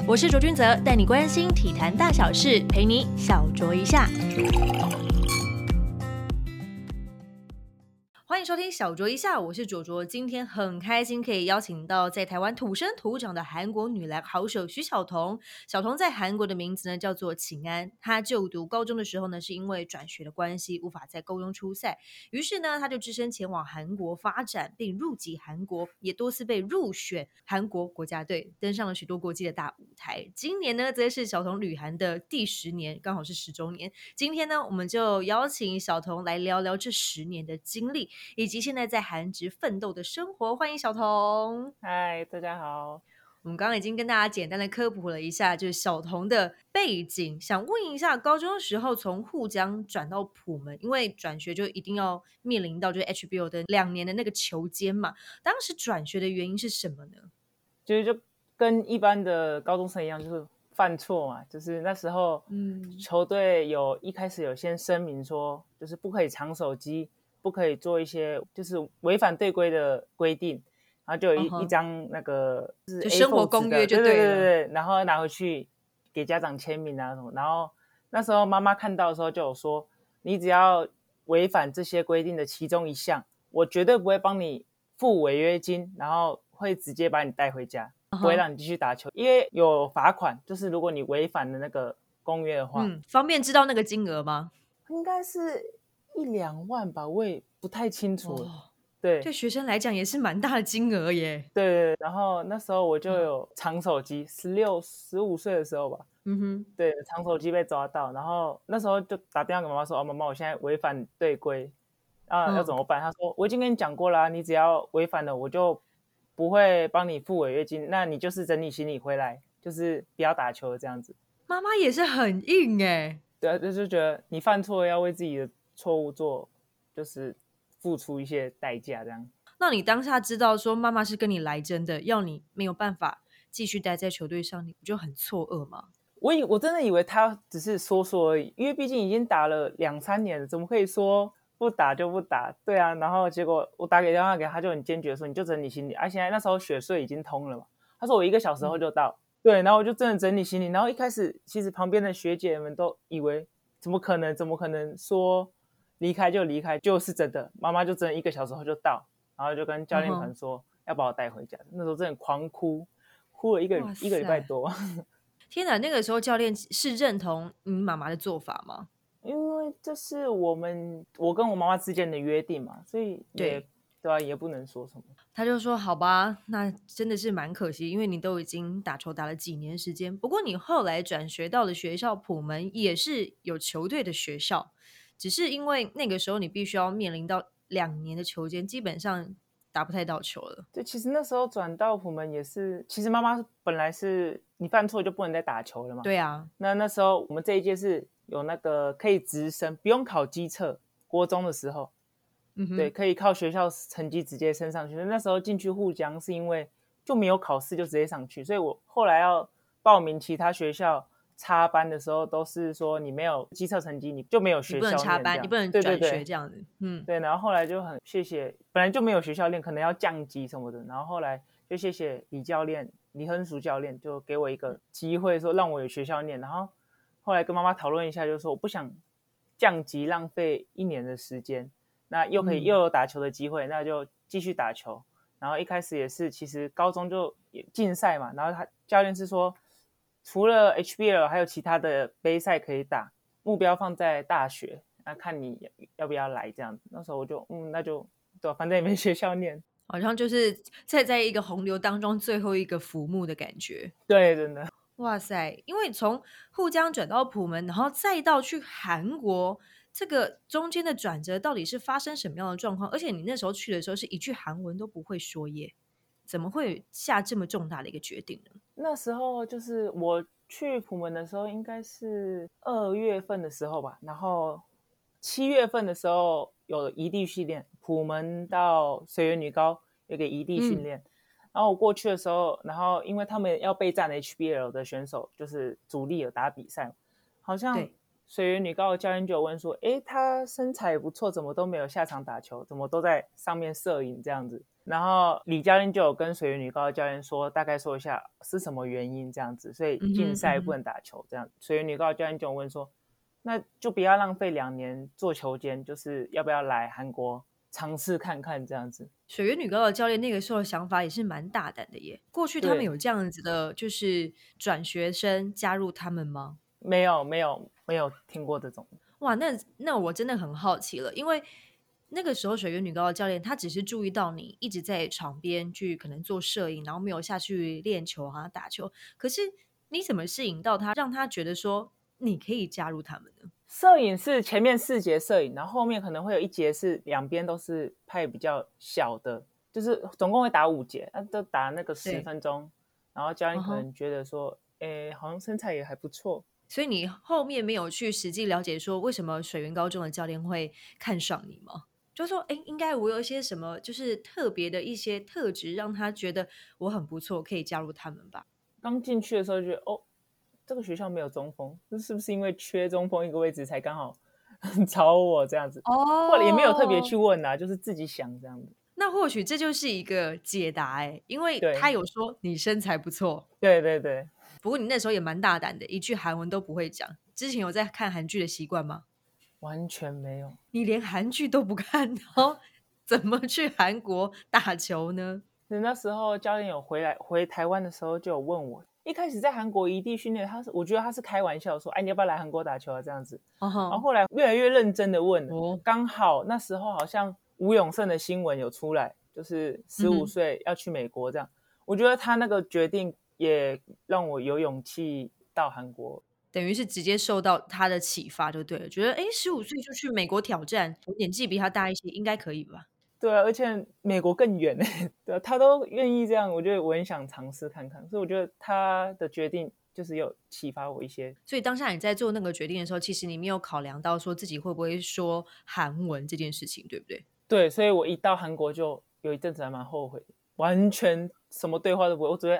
我是卓君泽，带你关心体坛大小事，陪你小酌一下。欢迎收听小酌一下，我是卓卓。今天很开心可以邀请到在台湾土生土长的韩国女篮好手徐小彤。小彤在韩国的名字呢叫做晴安。她就读高中的时候呢，是因为转学的关系无法在高中出赛，于是呢，她就只身前往韩国发展，并入籍韩国，也多次被入选韩国国家队，登上了许多国际的大舞台。今年呢，则是小彤旅韩的第10年，刚好是10周年。今天呢，我们就邀请小彤来聊聊这10年的经历，以及现在在韩职奋斗的生活。欢迎小彤。 嗨，大家好。 我们刚刚已经跟大家简单的科普了一下，就是小彤的背景。想问一下，高中的时候从沪江转到普门，因为转学就一定要面临到就是 HBO 的2年的那个球监嘛。当时转学的原因是什么呢？ 就跟一般的高中生一样，就是犯错嘛。就是那时候，球队一开始有先声明说，就是不可以藏手机，不可以做一些就是违反队规的规定。然后就有一张那个就是 A4 就生活公约就对对了。 对，然后拿回去给家长签名啊什么。然后那时候妈妈看到的时候就有说，你只要违反这些规定的其中一项，我绝对不会帮你付违约金，然后会直接把你带回家，不会让你继续打球，因为有罚款，就是如果你违反了那个公约的话。 方便知道那个金额吗？ 应该是1-2万吧，我也不太清楚了。对， 对学生来讲也是蛮大的金额耶。 对，然后那时候我就有藏手机，16、15岁的时候吧。对，藏手机被抓到，然后那时候就打电话给妈妈说：“哦，妈妈，我现在违反队规啊，要怎么办？”她说：“我已经跟你讲过啦，你只要违反了，我就不会帮你付违约金，那你就是整理行李回来，就是不要打球这样子。” 妈妈也是很硬耶。 对啊，就觉得你犯错要为自己的错误就是付出一些代价这样。 那你当下知道说妈妈是跟你来真的，要你没有办法继续待在球队上，你不就很错愕吗？ 我真的以为他只是说说而已，因为毕竟已经打了2-3年了，怎么可以说不打就不打？对啊，然后结果我打电话给他，就很坚决说你就整理行李。现在那时候雪隧已经通了嘛，他说我1个小时后就到。对，然后我就真的整理行李，然后一开始其实旁边的学姐们都以为怎么可能说离开就离开，就是真的，妈妈就真的1个小时后就到，然后就跟教练团说要把我带回家。那时候真的狂哭了一个礼拜多。 天哪，那个时候教练是认同你妈妈的做法吗？ 因为这是我跟我妈妈之间的约定嘛，所以对啊，也不能说什么。 他就说好吧，那真的是蛮可惜，因为你都已经打球打了几年时间。不过你后来转学到了学校普门，也是有球队的学校，只是因为那个时候你必须要面临到2年的球监，基本上打不太到球了。 对，其实那时候转到普门也是，其实妈妈本来是你犯错就不能再打球了嘛。 对啊， 那时候我们这一届是有那个可以直升，不用考基测，国中的时候。对，可以靠学校成绩直接升上去。那时候进去沪江是因为就没有考试就直接上去，所以我后来要报名其他学校插班的时候，都是说你没有基测成绩，你就没有学校念， 你不能插班，你不能转学这样子。 对，然后后来就很谢谢，本来就没有学校练，可能要降级什么的，然后后来就谢谢李亨淑教练，就给我一个机会，说让我有学校念。然后后来跟妈妈讨论一下，就说我不想降级浪费1年的时间。那又有打球的机会，那就继续打球。然后一开始也是，其实高中就竞赛嘛，然后教练是说，除了 HBL 还有其他的杯赛可以打，目标放在大学，那看你要不要来这样子。那时候我就那就对，反正也没学校念， 好像就是在一个洪流当中最后一个浮木的感觉。 对，真的。 哇塞，因为从沪江转到普门，然后再到去韩国，这个中间的转折到底是发生什么样的状况？而且你那时候去的时候是一句韩文都不会说耶，怎么会下这么重大的一个决定呢？ 那时候就是我去普门的时候，应该是2月份的时候吧，然后7月份的时候有移地训练，普门到水源女高有个移地训练。然后我过去的时候，然后因为他们要备战 HBL 的选手，就是主力有打比赛，好像水源女高的教练就有问说，他身材不错，怎么都没有下场打球，怎么都在上面摄影这样子。 然后李教练就有跟水源女高的教练说，大概说一下是什么原因这样子，所以禁赛不能打球这样。水源女高的教练就有问说，那就不要浪费2年做球监，就是要不要来韩国尝试看看这样子。 水源女高的教练那个时候的想法也是蛮大胆的耶。过去他们有这样子的，就是转学生加入他们吗？ 没有听过这种。 哇，那我真的很好奇了，因为那个时候水源女高的教练他只是注意到你一直在场边去可能做摄影，然后没有下去练球啊打球，可是你怎么吸引到他，让他觉得说你可以加入他们呢？ 摄影是前面4节摄影，然后后面可能会有1节是两边都是派比较小的，就是总共会打5节，都打那个10分钟，然后教练可能觉得说，好像身材也还不错。 所以你后面没有去实际了解说为什么水源高中的教练会看上你吗？就说应该我有一些什么就是特别的一些特质，让他觉得我很不错，可以加入他们吧。 刚进去的时候就觉得这个学校没有中锋，是不是因为缺中锋一个位置才刚好找我这样子？或者也没有特别去问啊，就是自己想这样子。 那或许这就是一个解答因为他有说你身材不错。 对对对。 不过你那时候也蛮大胆的，一句韩文都不会讲。之前有在看韩剧的习惯吗？ 完全没有。 你连韩剧都不看，然后怎么去韩国打球呢？ 那时候教练有回台湾的时候就有问我，一开始在韩国异地训练，我觉得他是开玩笑说，你要不要来韩国打球啊这样子。然后后来越来越认真的问了。刚好那时候好像吴永胜的新闻有出来，就是15岁要去美国这样。我觉得他那个决定也让我有勇气到韩国， 等于是直接受到他的启发就对了，觉得15岁就去美国挑战，我年纪比他大一些，应该可以吧？ 对啊，而且美国更远对啊，他都愿意这样，我觉得我很想尝试看看，所以我觉得他的决定就是有启发我一些。 所以当下你在做那个决定的时候，其实你没有考量到说自己会不会说韩文这件事情，对不对？ 对，所以我一到韩国就有一阵子还蛮后悔的，完全什么对话都不会，我只会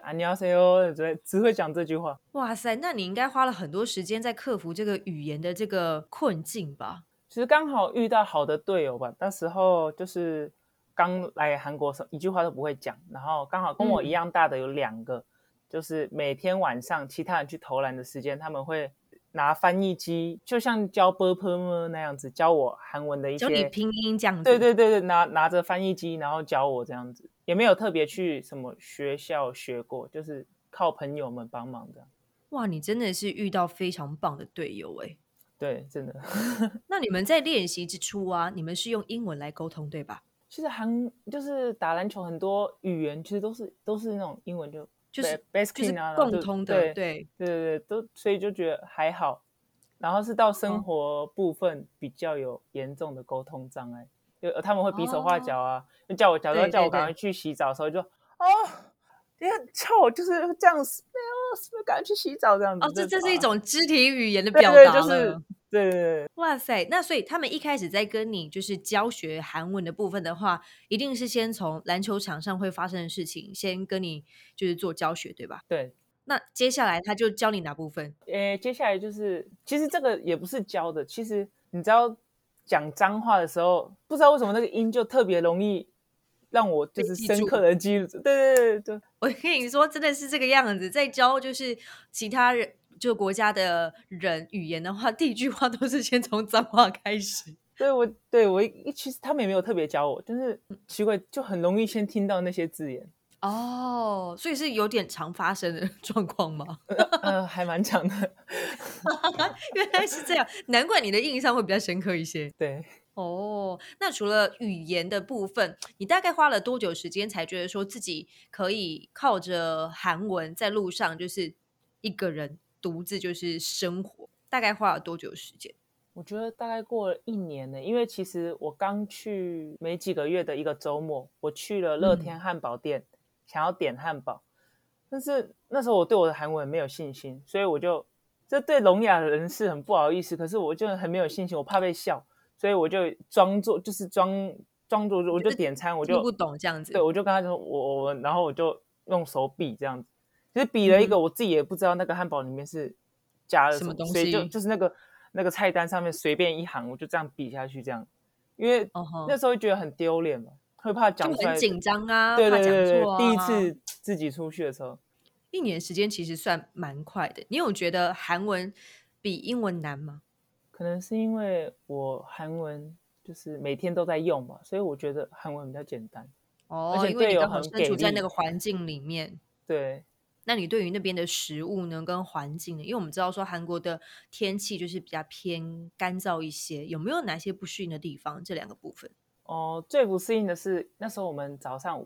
안녕하세요，只会讲这句话。 哇塞，那你应该花了很多时间在克服这个语言的这个困境吧？ 其实刚好遇到好的队友吧，那时候就是刚来韩国的时候一句话都不会讲，然后刚好跟我一样大的有2个，就是每天晚上其他人去投篮的时间，他们会拿翻译机，就像教 #那样子教我韩文的一些， 教你拼音这样子。 对对对对，拿着翻译机然后教我这样子，也没有特别去什么学校学过，就是靠朋友们帮忙这样。 哇，你真的是遇到非常棒的队友对，真的。 那你们在练习之初啊，你们是用英文来沟通对吧？ 其实就是打篮球很多语言其实都是那种英文就是 basking 啊， 共通的。对都，所以就觉得还好。然后是到生活部分比较有严重的沟通障碍，他们会比手画脚啊，叫我赶快去洗澡的时候就你很臭，就是这样子，没有赶快去洗澡这样子。 这是一种肢体语言的表达了。 对，就是对。 哇塞，那所以他们一开始在跟你就是教学韩文的部分的话，一定是先从篮球场上会发生的事情，先跟你就是做教学，对吧？ 对。 那接下来他就教你哪部分？ 接下来就是其实这个也不是教的，其实你知道讲脏话的时候，不知道为什么那个音就特别容易让我就是深刻的记住。对， 我跟你说，真的是这个样子。在教就是其他人就国家的人语言的话，第一句话都是先从脏话开始。 我其实他们也没有特别教我，但是奇怪就很容易先听到那些字眼。 所以是有点常发生的状况吗？ 还蛮长的。 原来是这样，难怪你的印象会比较深刻一些。 对。 那除了语言的部分，你大概花了多久时间才觉得说自己可以靠着韩文在路上就是一个人独自就是生活？大概花了多久时间？ 我觉得大概过了1年呢，因为其实我刚去没几个月的一个周末，我去了乐天汉堡店，想要点汉堡，但是那时候我对我的韩文没有信心，所以这对聋哑人士很不好意思，可是我就很没有信心，我怕被笑，所以我就装作我就点餐，我就听不懂这样子。 对，我就跟他说然后我就用手比这样子，其实比了一个我自己也不知道那个汉堡里面是加了什么东西， 所以就是那个菜单上面随便一行，我就这样比下去这样，因为那时候觉得很丢脸嘛。 会怕就讲出来。 很紧张啊， 对怕对对对， 讲错第一啊。 次自己出去的时候， 一年时间其实算蛮快的，你有觉得韩文比英文难吗？ 可能是因为我韩文就是每天都在用嘛，所以我觉得韩文比较简单，而哦， 且因为你队友很刚好身处在那个给力。 环境里面。 对， 那你对于那边的食物呢，跟环境呢？因为我们知道说韩国的天气就是比较偏干燥一些，有没有哪些不适应的地方？这两个部分。 哦，最不适应的是那时候我们早上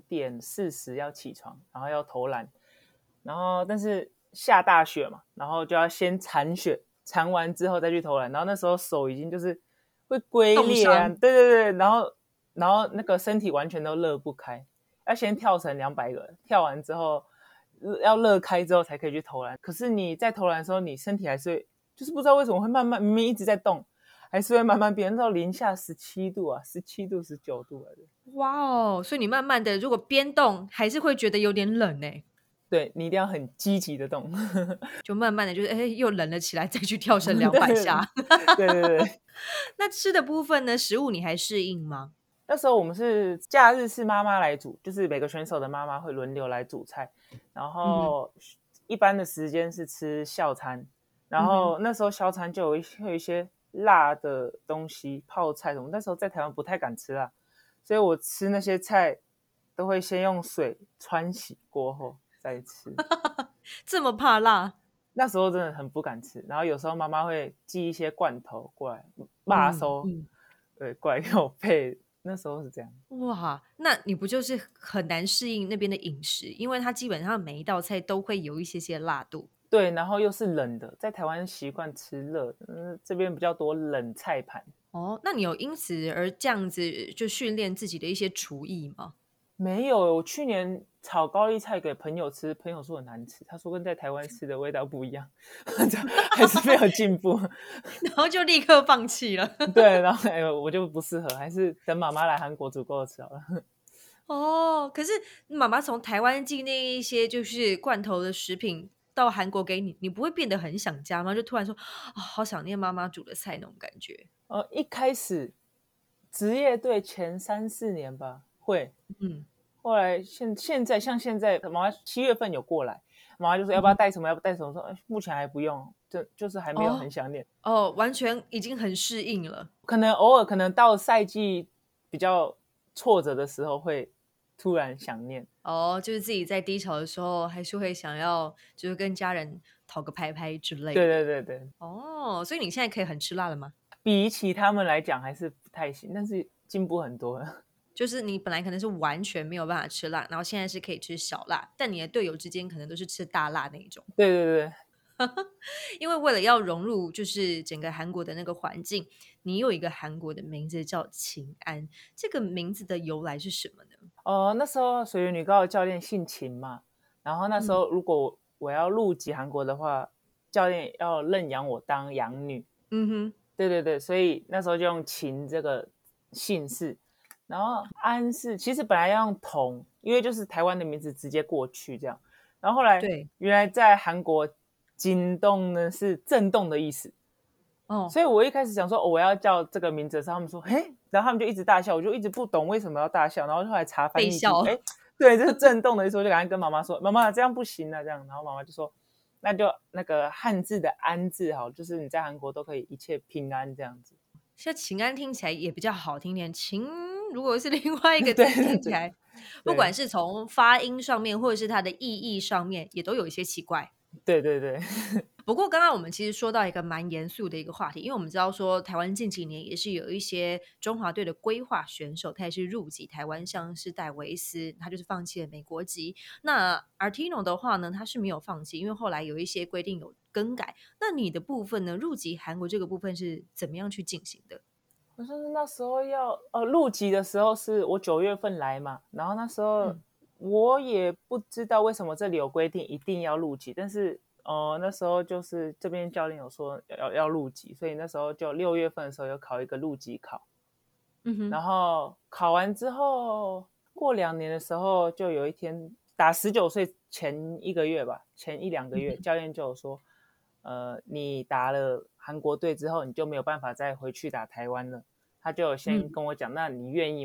5:40要起床，然后要投篮，然后但是下大雪嘛，然后就要先铲雪，铲完之后再去投篮，然后那时候手已经就是会龟裂啊， 冻伤。 对对对，然后那个身体完全都热不开，要先跳成200个，跳完之后要热开之后才可以去投篮。可是你在投篮的时候，你身体还是会，就是不知道为什么会慢慢，明明一直在动，还是会慢慢变到零下17度啊，17度19度来的。 哇哦！所以你慢慢的，如果边动，还是会觉得有点冷哎， 对，你一定要很积极的动。 就慢慢的就是哎又冷了起来，再去跳绳对 200下。 对对对， 那吃的部分呢？食物你还适应吗？ 那时候我们是假日是妈妈来煮，就是每个选手的妈妈会轮流来煮菜，然嗯哼。 后一般的时间是吃校餐，然嗯哼。 后那时候校餐就会有一些辣的东西，泡菜什么，那时候在台湾不太敢吃辣，所以我吃那些菜都会先用水穿洗过后再吃。 这么怕辣。 那时候真的很不敢吃，然后有时候妈妈会寄一些罐头过来，辣收， 嗯嗯。 对，过来给我配。那时候是这样。 哇，那你不就是很难适应那边的饮食？因为它基本上每一道菜都会有一些些辣度。 对，然后又是冷的，在台湾习惯吃热的，这边比较多冷菜盘。 哦，那你有因此而这样子就训练自己的一些厨艺吗？ 没有，我去年炒高丽菜给朋友吃，朋友说很难吃，他说跟在台湾吃的味道不一样，还是没有进步。 然后就立刻放弃了。 对，然后我就不适合，还是等妈妈来韩国煮给我吃好了。 哦，可是妈妈从台湾寄那一些就是罐头的食品到韩国给你，你不会变得很想家吗？就突然说啊、好想念妈妈煮的菜那种感觉。 一开始职业队前3、4年吧会， 嗯后来现在像现在妈妈7月份有过来，妈妈就说要不要嗯哼。 带什么，要不要带什么，说目前还不用，就是还没有很哦想念， 哦，完全已经很适应了。 可能偶尔可能到赛季比较挫折的时候会突然想念。 哦，就是自己在低潮的时候，还是会想要就是跟家人讨个拍拍之类对的。 对对对， 哦，所以你现在可以很吃辣了吗？ 比起他们来讲还是不太行，但是进步很多了。 就是你本来可能是完全没有办法吃辣，然后现在是可以吃小辣，但你的队友之间可能都是吃大辣那一种。 对对对， 因为为了要融入就是整个韩国的那个环境，你有一个韩国的名字叫秦安，这个名字的由来是什么呢？ 那时候水源女高的教练姓秦嘛，然后那时嗯候如果我要入籍韩国的话，教练要认养我当养女。 嗯哼。 对对对，所以那时候就用秦这个姓氏，然后安是其实本来要用同，因为就是台湾的名字直接过去这样，然后后来对。 原来在韩国惊动呢是震动的意思， 哦， 所以我一开始想说，我要叫这个名字的时候，他们说嘿，然后他们就一直大笑，我就一直不懂为什么要大笑，然后后来查翻译机， 被笑。 对，这是震动的意思，我就赶快跟妈妈说，妈妈这样不行啊，这样，然后妈妈就说，那就那个汉字的安字好，就是你在韩国都可以一切平安这样子。 像秦安听起来也比较好听点，秦如果是另外一个对字， 对对听起来不管对是从发音上面，或者是它的意义上面，也都有一些奇怪。 对对对， 不过，刚刚我们其实说到一个蛮严肃的一个话题，因为我们知道说，台湾近几年也是有一些中华队的规划选手，他也是入籍台湾，像是戴维斯，他就是放弃了美国籍。那 Artino 的话呢，他是没有放弃，因为后来有一些规定有更改。那你的部分呢，入籍韩国这个部分是怎么样去进行的？ 好像是那时候要入籍的时候是我9月份来嘛，然后那时候嗯我也不知道为什么这里有规定一定要入籍，但是那时候就是这边教练有说要入籍，所以那时候就6月份的时候有考一个入籍考， 嗯哼。 然后考完之后过2年的时候，就有一天打19岁前1个月吧，前1、2个月，教练就有说，你打了韩国队之后，你就没有办法再回去打台湾了。他就有先嗯跟我讲，那你愿意吗？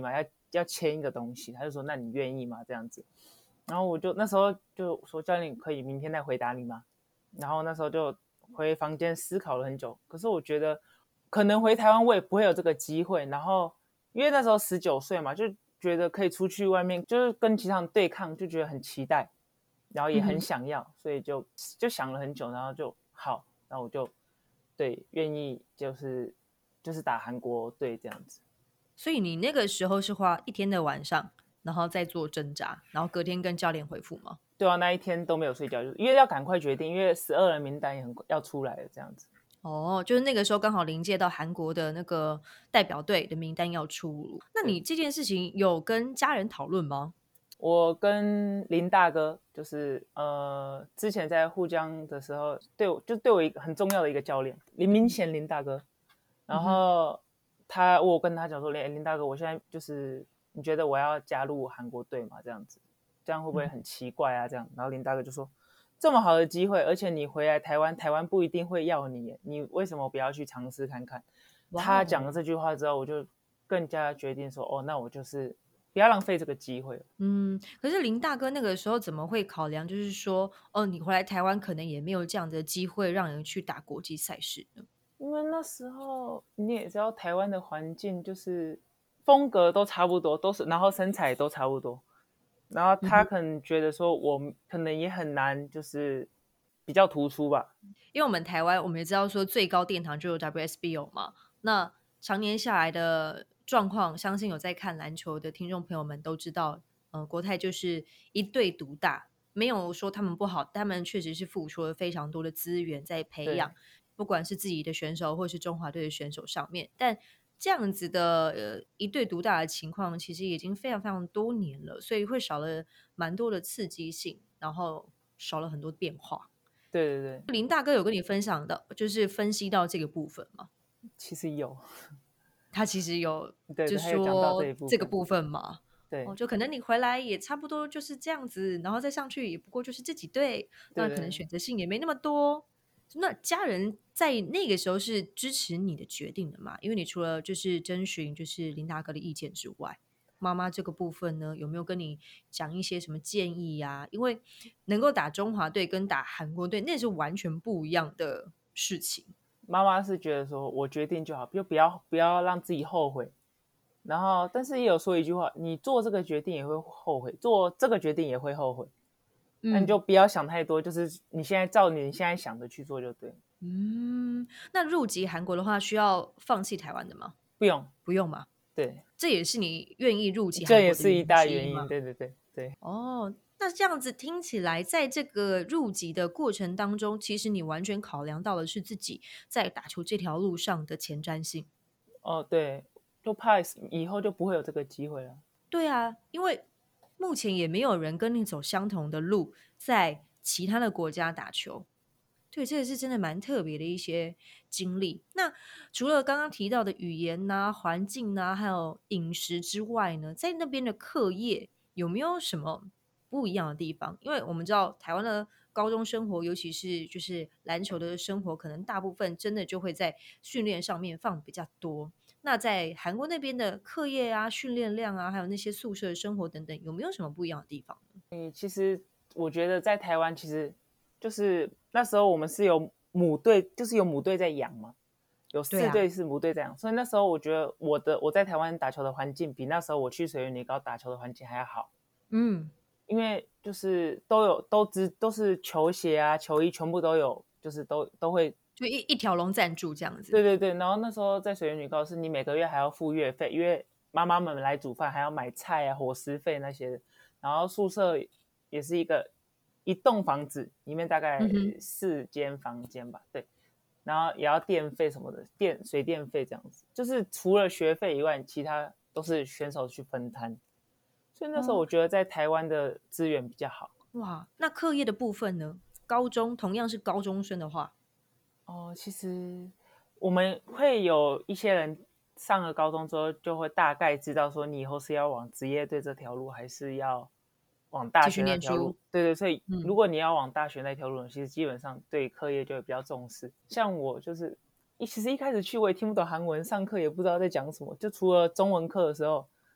要签一个东西，他就说那你愿意吗这样子，然后我就那时候就说教练可以明天再回答你吗？然后那时候就回房间思考了很久，可是我觉得可能回台湾我也不会有这个机会，然后因为那时候19岁嘛，就觉得可以出去外面就是跟其他人对抗，就觉得很期待，然后也很想要，所以就想了很久，然后就好，然后我就对愿意就是打韩国队这样子。 所以你那个时候是花一天的晚上，然后再做挣扎，然后隔天跟教练回复吗？ 对啊，那一天都没有睡觉，就是因为要赶快决定，因为12人名单也要出来了这样子。 哦，就是那个时候刚好临界到韩国的那个代表队的名单要出炉，那你这件事情有跟家人讨论吗？ 我跟林大哥，就是之前在沪江的时候，对我一个很重要的一个教练林明贤林大哥，然后我跟他讲说，林大哥，我现在就是你觉得我要加入韩国队吗？这样子，这样会不会很奇怪啊？这样，然后林大哥就说，这么好的机会，而且你回来台湾，台湾不一定会要你，你为什么不要去尝试看看？他讲了这句话之后，我就更加决定说，哦，那我就是不要浪费这个机会了。 可是林大哥那个时候怎么会考量，就是说，哦，你回来台湾可能也没有这样的机会让人去打国际赛事呢？ 因为那时候你也知道，台湾的环境就是风格都差不多，都是，然后身材都差不多，然后他可能觉得说，我可能也很难，就是比较突出吧。 因为我们台湾，我们也知道说最高殿堂就有 WSBO 嘛，那常年下来的状况，相信有在看篮球的听众朋友们都知道，国泰就是一队独大，没有说他们不好，他们确实是付出了非常多的资源在培养，不管是自己的选手或是中华队的选手上面，但这样子的一队独大的情况，其实已经非常非常多年了，所以会少了蛮多的刺激性，然后少了很多变化。 对对对， 林大哥有跟你分享的，就是分析到这个部分吗？ 其实有， 他其实有就对对，他有讲到这一说这个部分， 部分嘛， 对就可能你回来也差不多就是这样子，然后再上去也不过就是这几队，那可能对对。 选择性也没那么多。那家人在那个时候是支持你的决定的嘛？因为你除了就是征询就是林大哥的意见之外，妈妈这个部分呢，有没有跟你讲一些什么建议呀？因为能够打中华队跟打韩国队，那是完全不一样的事情。 妈妈是觉得说我决定就好，就不要让自己后悔。然后，但是也有说一句话，你做这个决定也会后悔，做这个决定也会后悔。那你就不要想太多，就是你现在照你现在想的去做就对了。 那入籍韩国的话，需要放弃台湾的吗？ 不用， 不用嘛， 对， 这也是你愿意入籍韩国的原这也是一因之一吗？ 大原因。对对对对。 哦，那这样子听起来，在这个入籍的过程当中，其实你完全考量到的是自己在打球这条路上的前瞻性。 哦，对，就怕以后就不会有这个机会了。 对啊，因为目前也没有人跟你走相同的路，在其他的国家打球。对，这个是真的蛮特别的一些经历。那除了刚刚提到的语言呐、环境呐，还有饮食之外呢，在那边的课业有没有什么不一样的地方？因为我们知道台湾的高中生活，尤其是就是篮球的生活，可能大部分真的就会在训练上面放比较多。那在韩国那边的课业啊、训练量啊，还有那些宿舍生活等等，有没有什么不一样的地方呢？ 其实我觉得在台湾，其实就是那时候我们是有母队，就是有母队在养嘛，有对啊， 4队是母队在养，所以那时候我觉得我在台湾打球的环境比那时候我去水源女高打球的环境还要好。 嗯， 因为就是都是球鞋啊、球衣全部都有，就是都会。 就一条龙赞助这样子。 对对对，然后那时候在水源女高是你每个月还要付月费，因为妈妈们来煮饭还要买菜啊、伙食费那些的，然后宿舍也是一栋房子，里面大概4间房间吧，对，然后也要电费什么的，水电费这样子，就是除了学费以外，其他都是选手去分摊。所以那时候我觉得在台湾的资源比较好。 哇，那课业的部分呢？高中同样是高中生的话， 哦，其实我们会有一些人上了高中之后，就会大概知道说你以后是要往职业队这条路，还是要往大继续学那念书。 条路。对对，所以如果你要往大学那条路，其实基本上对课业就会比较重视。像我就是其实一开始去我也听不懂韩文，上课也不知道在讲什么，就除了中文课的时候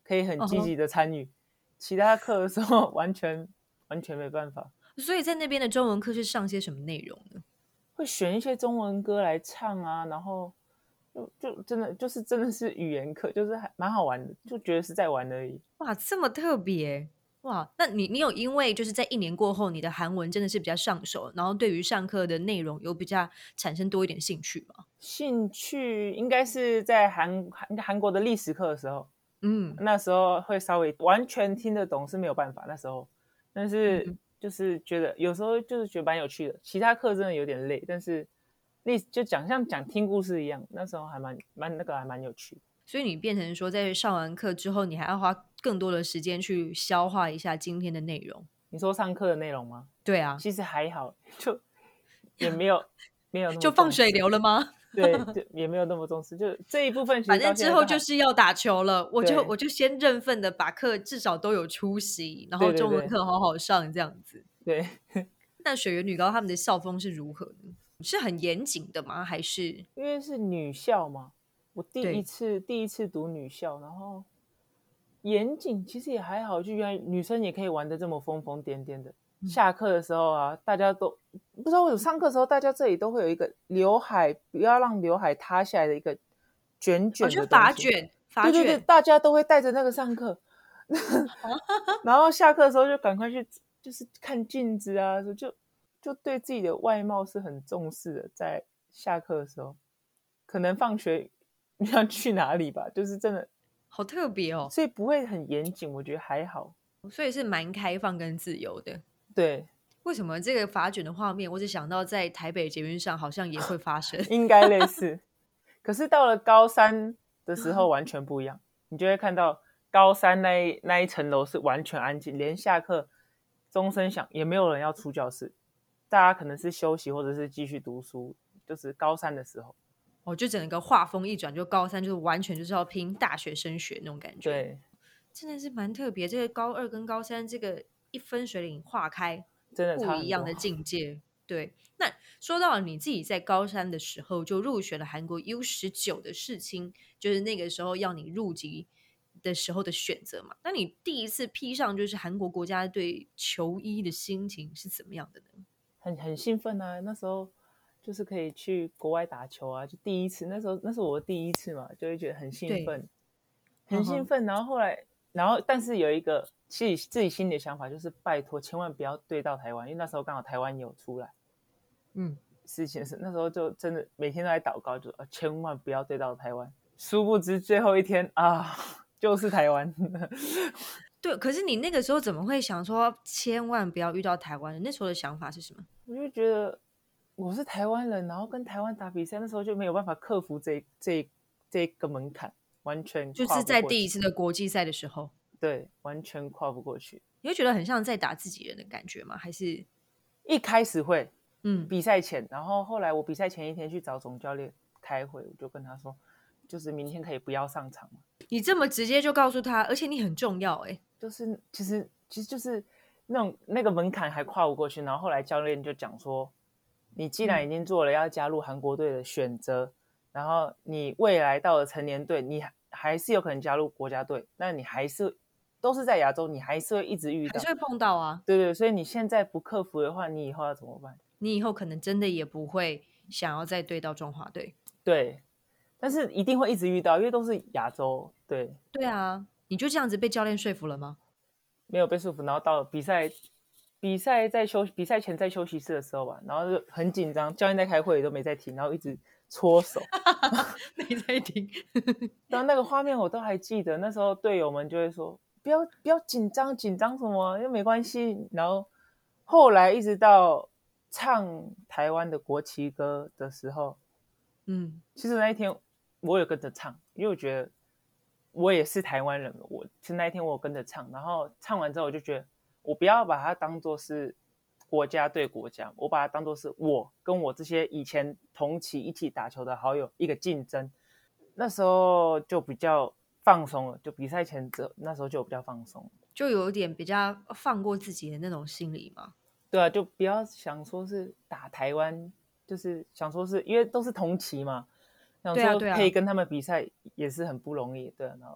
可以很积极的参与，其他课的时候完全没办法。 所以在那边的中文课是上些什么内容呢？ 会选一些中文歌来唱啊，然后就真的是语言课，就是还蛮好玩的，就觉得是在玩而已。 哇，这么特别。哇，那你有因为就是在1年过后，你的韩文真的是比较上手，然后对于上课的内容有比较产生多一点兴趣吗？ 兴趣应该是在韩国的历史课的时候， 嗯那时候会稍微完全听得懂是没有办法，那时候，但是嗯， 就是觉得有时候就是觉得蛮有趣的，其他课真的有点累，但是就像讲听故事一样，那时候还蛮有趣的。 所以你变成说，在上完课之后，你还要花更多的时间去消化一下今天的内容。 你说上课的内容吗？ 对啊， 其实还好，就也没有那么就放水重视。 流了吗？ 对，就也没有那么重视，就这一部分其实到反正之后就现在都还是要打球了，我就对我就先认份的把课至少都有出席，然后中文对对对课好好上这样子。 对， 那水源女高他们的校风是如何呢？是很严谨的吗？还是因为是女校嘛，我对， 第一次读女校，然后严谨其实也还好，就原来女生也可以玩的这么疯疯癫癫的。 嗯， 下课的时候啊，大家都不知道为什么上课的时候，大家这里都会有一个刘海，不要让刘海塌下来的一个卷哦， 卷就的东西。 发卷，发对对对， 卷， 大家都会带着那个上课，然后下课的时候就赶快去，就是看镜子啊，就对自己的外貌是很重视的。在下课的时候，可能放学你要去哪里吧，就是真的， 好特别哦。 所以不会很严谨，我觉得还好。 所以是蛮开放跟自由的。 对， 为什么这个发卷的画面，我只想到在台北捷运上好像也会发生。 应该类似。可是到了高三的时候完全不一样，你就会看到高三那一层楼是完全安静，连下课钟声响也没有人要出教室，大家可能是休息或者是继续读书，就是高三的时候。 哦，就整个画风一转，就高三就是完全就是要拼大学升学那种感觉， 对， 真的是蛮特别。这个高二跟高三这个一分水岭划开真的不差很多。 一样的境界。对，那说到了你自己在高三的时候就入选了韩国 U19的世青，就是那个时候要你入籍的时候的选择嘛。那你第一次披上就是韩国国家队球衣的心情是怎么样的呢？ 很兴奋啊！那时候就是可以去国外打球啊，就第一次，那是我第一次嘛，就会觉得很兴对， 奋， 呵呵， 很兴奋。然后后来，但是有一个自己心里的想法，就是拜托千万不要对到台湾，因为那时候刚好台湾有出来嗯。 事情是，那时候就真的每天都在祷告，就千万不要对到台湾。殊不知最后一天啊，就是台湾。 对，可是你那个时候怎么会想说千万不要遇到台湾人？那时候的想法是什么？ 我就觉得我是台湾人，然后跟台湾打比赛，那时候就没有办法克服这个门槛，完全跨就是在不过去。 第一次的国际赛的时候， 对，完全跨不过去。 你会觉得很像在打自己人的感觉吗？还是一开始会嗯， 比赛前，然后后来我比赛前一天去找总教练开会，我就跟他说，就是明天可以不要上场嘛。 你这么直接就告诉他，而且你很重要哎、 就是其实就是那个门槛还跨不过去，然后后来教练就讲说，你既然已经做了要加入韩国队的选择，然后你未来到了成年队，你还是有可能加入国家队，那你还是都是在亚洲，你还是会一直遇到。 还是会碰到啊。 对对，所以你现在不克服的话，你以后要怎么办？ 你以后可能真的也不会想要再对到中华队。 对，但是一定会一直遇到，因为都是亚洲。对， 对啊，你就这样子被教练说服了吗？ 没有被束缚，然后到了比赛前在休息室的时候吧，然后就很紧张，教练在开会都没在听，然后一直搓手。 没在听。 然后那个画面我都还记得，那时候队友们就会说不要紧张，紧张什么又没关系。然后后来一直到唱台湾的国旗歌的时候， 嗯， 其实那一天我有跟着唱，因为我觉得我也是台湾人，其实那一天我有跟着唱，然后唱完之后我就觉得，我不要把它当做是国家对国家，我把它当做是我跟我这些以前同期一起打球的好友一个竞争。那时候就比较放松了，就比赛前那时候就比较放松。 就有点比较放过自己的那种心理嘛。 对啊，就不要想说是打台湾，就是想说是因为都是同期嘛，想对啊， 说对啊。 可以跟他们比赛也是很不容易，对啊，然后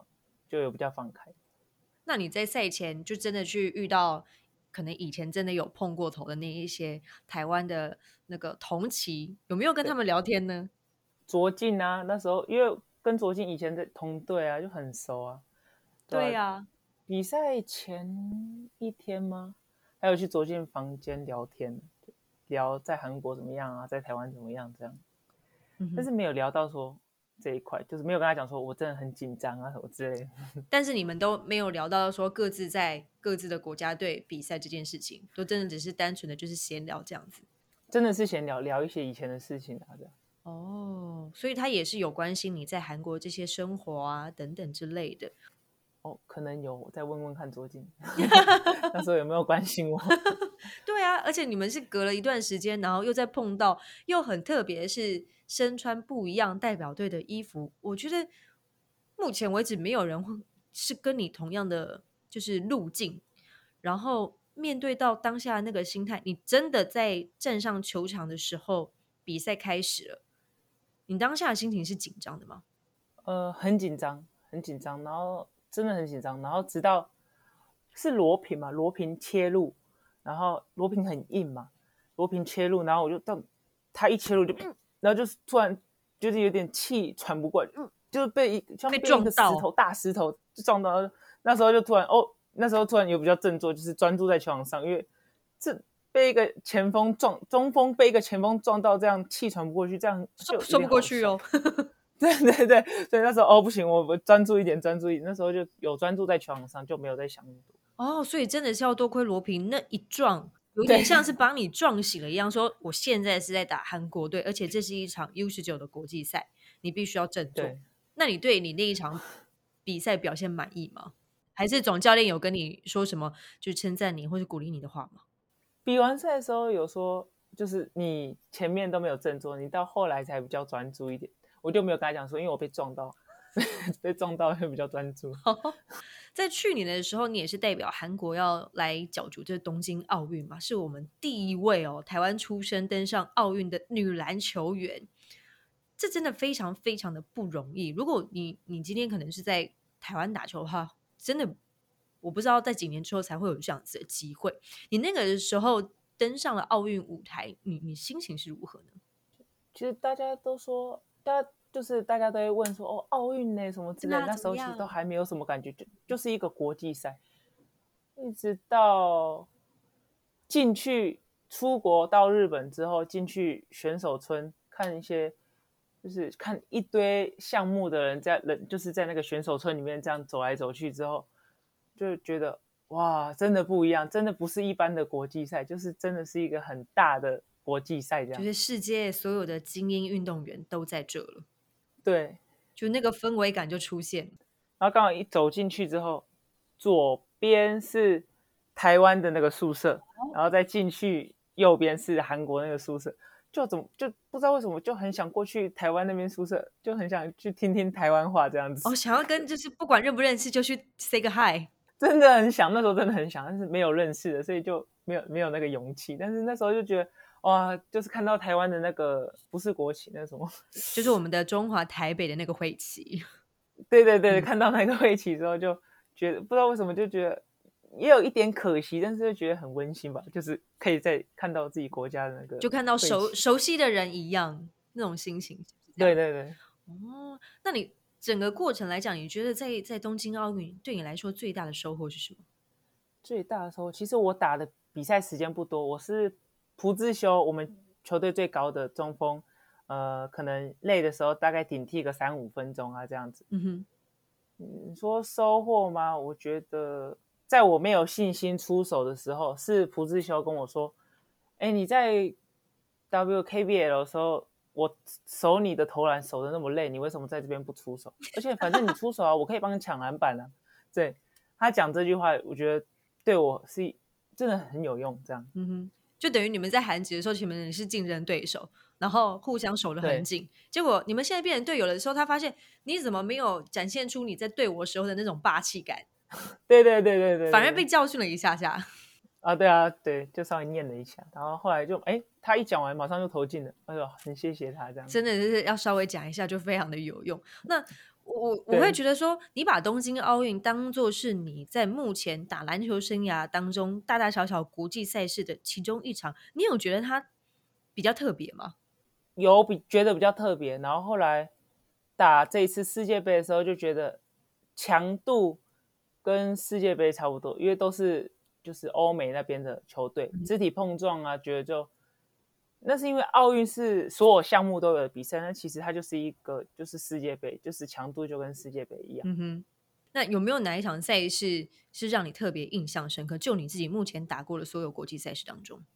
就有比较放开。 那你在赛前就真的去遇到可能以前真的有碰过头的那一些台湾的那个同期，有没有跟他们聊天呢？ 卓进啊，那时候因为跟卓进以前在同队啊，就很熟啊，对啊。 对呀、 比赛前一天吗？还有去卓进房间聊天，聊在韩国怎么样啊，在台湾怎么样这样，但是没有聊到说这一块，就是没有跟他讲说我真的很紧张啊什么之类的。 但是你们都没有聊到说各自在各自的国家队比赛这件事情，都真的只是单纯的就是闲聊这样子。 真的是闲聊聊一些以前的事情啊，这样。 哦，所以他也是有关心你在韩国这些生活啊等等之类的。 哦，可能有，我再问问看卓进，那时候有没有关心我？ 对啊，而且你们是隔了一段时间，然后又再碰到，又很特别，是身穿不一样代表队的衣服。我觉得目前为止没有人会是跟你同样的就是路径，然后面对到当下的那个心态，你真的在站上球场的时候，比赛开始了，你当下的心情是紧张的吗？ 很紧张，很紧张，然后真的很紧张，然后直到是罗平嘛，罗平切入，然后罗平很硬嘛，罗平切入，然后我就到他一切入就，然后就是突然就是有点气喘不过来，就是像被被一个撞到， 大石头就撞到，那时候就突然那时候突然有比较振作，就是专注在球场上，因为这被一个前锋中锋被一个前锋撞到，这样气喘不过去，这样就有说不点好笑。 过去哦。 对对对，所以那时候不行，我专注一点，专注一点。那时候就有专注在球场上，就没有在想那么多。 哦，所以真的是要多亏罗平那一撞，有对点像是帮你撞醒了一样，说我现在是在打韩国队，而且这是一场 U19的国际赛，你必须要振作。 对， 那你对你那一场比赛表现满意吗？还是总教练有跟你说什么，就称赞你或是鼓励你的话吗？ 比完赛的时候有说，就是你前面都没有振作，你到后来才比较专注一点。我就没有跟他讲说，因为我被撞到，被撞到会比较专注。 在去年的时候，你也是代表韩国要来角逐这东京奥运嘛，是我们第一位哦，台湾出生登上奥运的女篮球员。这真的非常非常的不容易。如果你今天可能是在台湾打球的话，真的我不知道在几年之后才会有这样子的机会。你那个时候登上了奥运舞台，你心情是如何呢？ 其实大家都说，大家都会问说，哦，奥运呢什么之类的。 对啊， 那时候其实怎么样？ 都还没有什么感觉，就是一个国际赛，一直到进去出国到日本之后，进去选手村看一些，就是看一堆项目的人就是在那个选手村里面这样走来走去之后，就觉得哇，真的不一样，真的不是一般的国际赛，就是真的是一个很大的国际赛这样。 就是世界所有的精英运动员都在这了， 对， 就那个氛围感就出现了。 然后刚好一走进去之后，左边是台湾的那个宿舍，然后再进去右边是韩国那个宿舍，就不知道为什么就很想过去台湾那边宿舍，就很想去听听台湾话这样子， 哦，想要跟就是不管认不认识就去 say 个 hi。 真的很想，那时候真的很想，但是没有认识的，所以就没有那个勇气。但是那时候就觉得哇，就是看到台湾的那个不是国旗那什么， 就是我们的中华台北的那个会旗。 对对对，看到那个会旗之后就觉得不知道为什么就觉得也有一点可惜，但是就觉得很温馨吧，就是可以再看到自己国家的那个就看到会旗。 熟悉的人一样那种心情，是不是这样？ 对对对， 哦，那你整个过程来讲，你觉得在东京奥运对你来说最大的收获是什么？ 最大的时候，其实我打的比赛时间不多，我是朴智修，我们球队最高的中锋，可能累的时候大概顶替个3-5分钟啊这样子。 嗯哼， 你说收获吗？我觉得在我没有信心出手的时候，是朴智修跟我说：“哎，你在 WKBL 的时候，我守你的投篮守的那么累，你为什么在这边不出手？而且反正你出手啊，我可以帮你抢篮板啊。”对，他讲这句话，我觉得对我是真的很有用。这样， 嗯哼，就等于你们在韩职的时候，你们是竞争对手，然后互相守得很对紧。结果你们现在变成队友的时候，他发现你怎么没有展现出你在对我时候的那种霸气感， 对对对对对， 反而被教训了一下下。 啊，对啊，对，就稍微念了一下，然后后来就他一讲完马上就投进了，哎呦，很谢谢他这样。 真的是要稍微讲一下，就非常的有用。那我会觉得说，你把东京奥运当做是你在目前打篮球生涯当中大大小小国际赛事的其中一场，你有觉得它比较特别吗？ 觉得比较特别，然后后来打这一次世界杯的时候，就觉得强度跟世界杯差不多，因为都是就是欧美那边的球队，肢体碰撞啊，觉得那是因为奥运是所有项目都有的比赛，那其实它就是一个就是世界杯，就是强度就跟世界杯一样。 嗯哼，那有没有哪一场赛事是让你特别印象深刻？就你自己目前打过的所有国际赛事当中。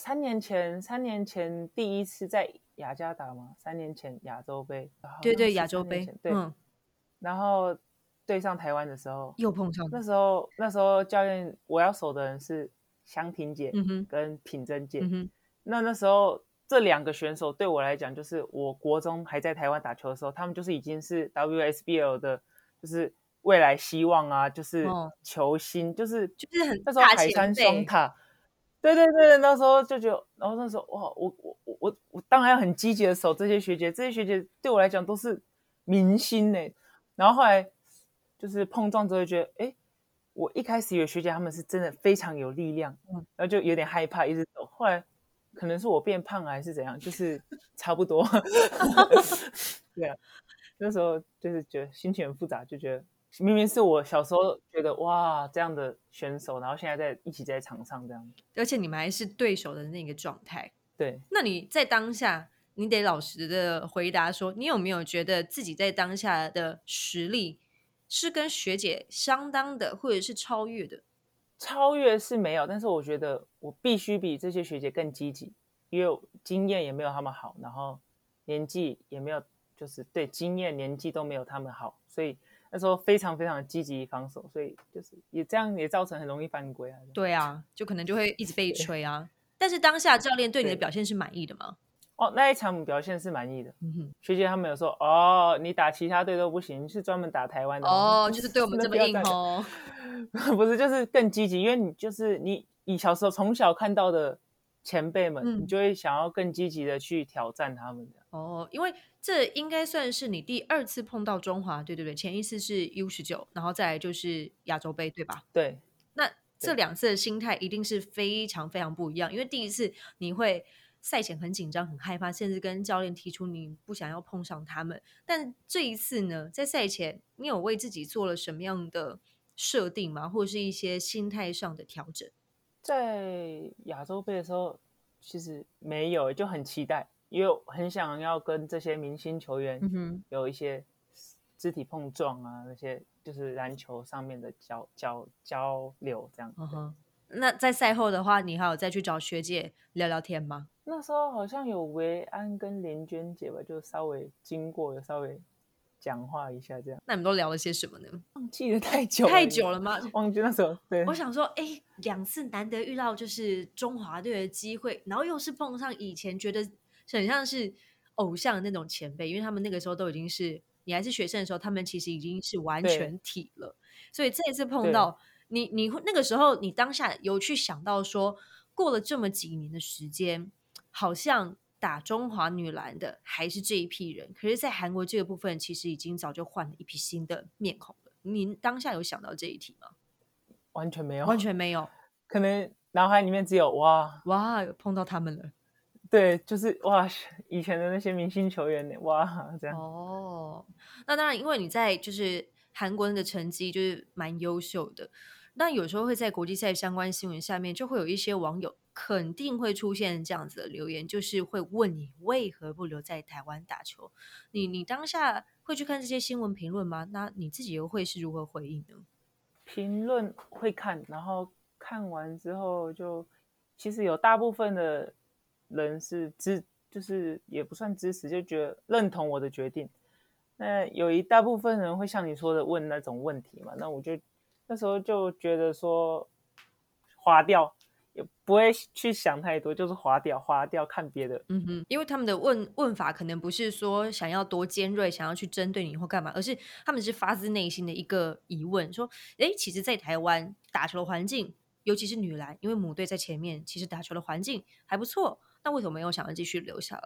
3年前第一次在雅加达嘛，3年前亚洲杯，好对对， 像是亚洲杯， 三年前，对，然后对上台湾的时候， 又碰上了。 那时候教练我要守的人是香婷姐嗯哼， 跟品珍姐， 嗯哼， 那时候这两个选手对我来讲，就是我国中还在台湾打球的时候，他们就是已经是 WSBL 的，就是未来希望啊，就是哦， 球星，就是就是很那时候大海山双前辈。 塔，对对对，那时候就觉得，然后那时候哇，我当然要很积极的守这些学姐，这些学姐对我来讲都是明星呢。然后后来就是碰撞之后，觉得哎，我一开始以为学姐她们是真的非常有力量，然后就有点害怕，一直走。后来可能是我变胖了还是怎样，就是差不多。对啊，那时候就是觉得心情很复杂，就觉得明明是我小时候觉得哇这样的选手，然后现在一起在场上这样。 而且你们还是对手的那个状态。 对， 那你在当下，你得老实的回答说，你有没有觉得自己在当下的实力是跟学姐相当的，或者是超越的？ 超越是没有，但是我觉得我必须比这些学姐更积极，因为经验也没有他们好，然后年纪也没有，就是对经验年纪都没有他们好，所以那时候非常非常的积极防守，所以就是也这样也造成很容易犯规啊。 对啊，就可能就会一直被吹啊。但是当下教练对你的对， 表现是满意的吗？ 哦，那一场表现是满意的。 嗯哼， 学姐他们有说，哦，你打其他队都不行，你是专门打台湾的吗？我说哦， 不是， 就是对我们这么真的不要这样硬哦。 讲，不是，就是更积极，因为你小时候从小看到的前辈们，你嗯， 就会想要更积极的去挑战他们的。 哦，因为这应该算是你第二次碰到中华，对对对，前一次是 U19，然后再来就是亚洲杯，对吧？ 对那这对两次的心态一定是非常非常不一样，因为第一次你会赛前很紧张、很害怕，甚至跟教练提出你不想要碰上他们。但这一次呢，在赛前你有为自己做了什么样的设定吗？或者是一些心态上的调整？ 在亚洲杯的时候，其实没有，就很期待，因为很想要跟这些明星球员嗯哼， 有一些肢体碰撞啊，那些就是篮球上面的交流这样。对， 嗯哼。那在赛后的话，你还有再去找学姐聊聊天吗？ 那时候好像有维安跟连娟姐吧，就稍微经过，有稍微讲话一下这样。 那你们都聊了些什么呢？ 忘记了太久了， 太久了吗？ 忘记那时候。对我想说，哎，两次难得遇到就是中华队的机会，然后又是碰上以前觉得很像是偶像的那种前辈，因为他们那个时候都已经是你还是学生的时候，他们其实已经是完对全体了。所以这一次碰对， 到你会那个时候，你当下有去想到说，过了这么几年的时间，好像打中华女篮的还是这一批人，可是，在韩国这个部分，其实已经早就换了一批新的面孔了。您当下有想到这一题吗？ 完全没有， 完全没有。 可能脑海里面只有哇， 哇，碰到他们了。 对，就是哇，以前的那些明星球员呢，哇，这样。 哦，那当然，因为你在就是韩国的成绩就是蛮优秀的，那有时候会在国际赛相关新闻下面就会有一些网友肯定会出现这样子的留言，就是会问你为何不留在台湾打球？你当下会去看这些新闻评论吗？那你自己又会是如何回应呢？ 评论会看，然后看完之后就，其实有大部分的人是就是也不算支持，就觉得认同我的决定。那有一大部分人会像你说的问那种问题嘛，那我就那时候就觉得说划掉，也不会去想太多，就是划掉看别的。 嗯哼，因为他们的问法可能不是说想要多尖锐，想要去针对你或干嘛，而是他们是发自内心的一个疑问，说：诶，其实，在台湾打球的环境，尤其是女篮，因为母队在前面，其实打球的环境还不错，那为什么没有想要继续留下来？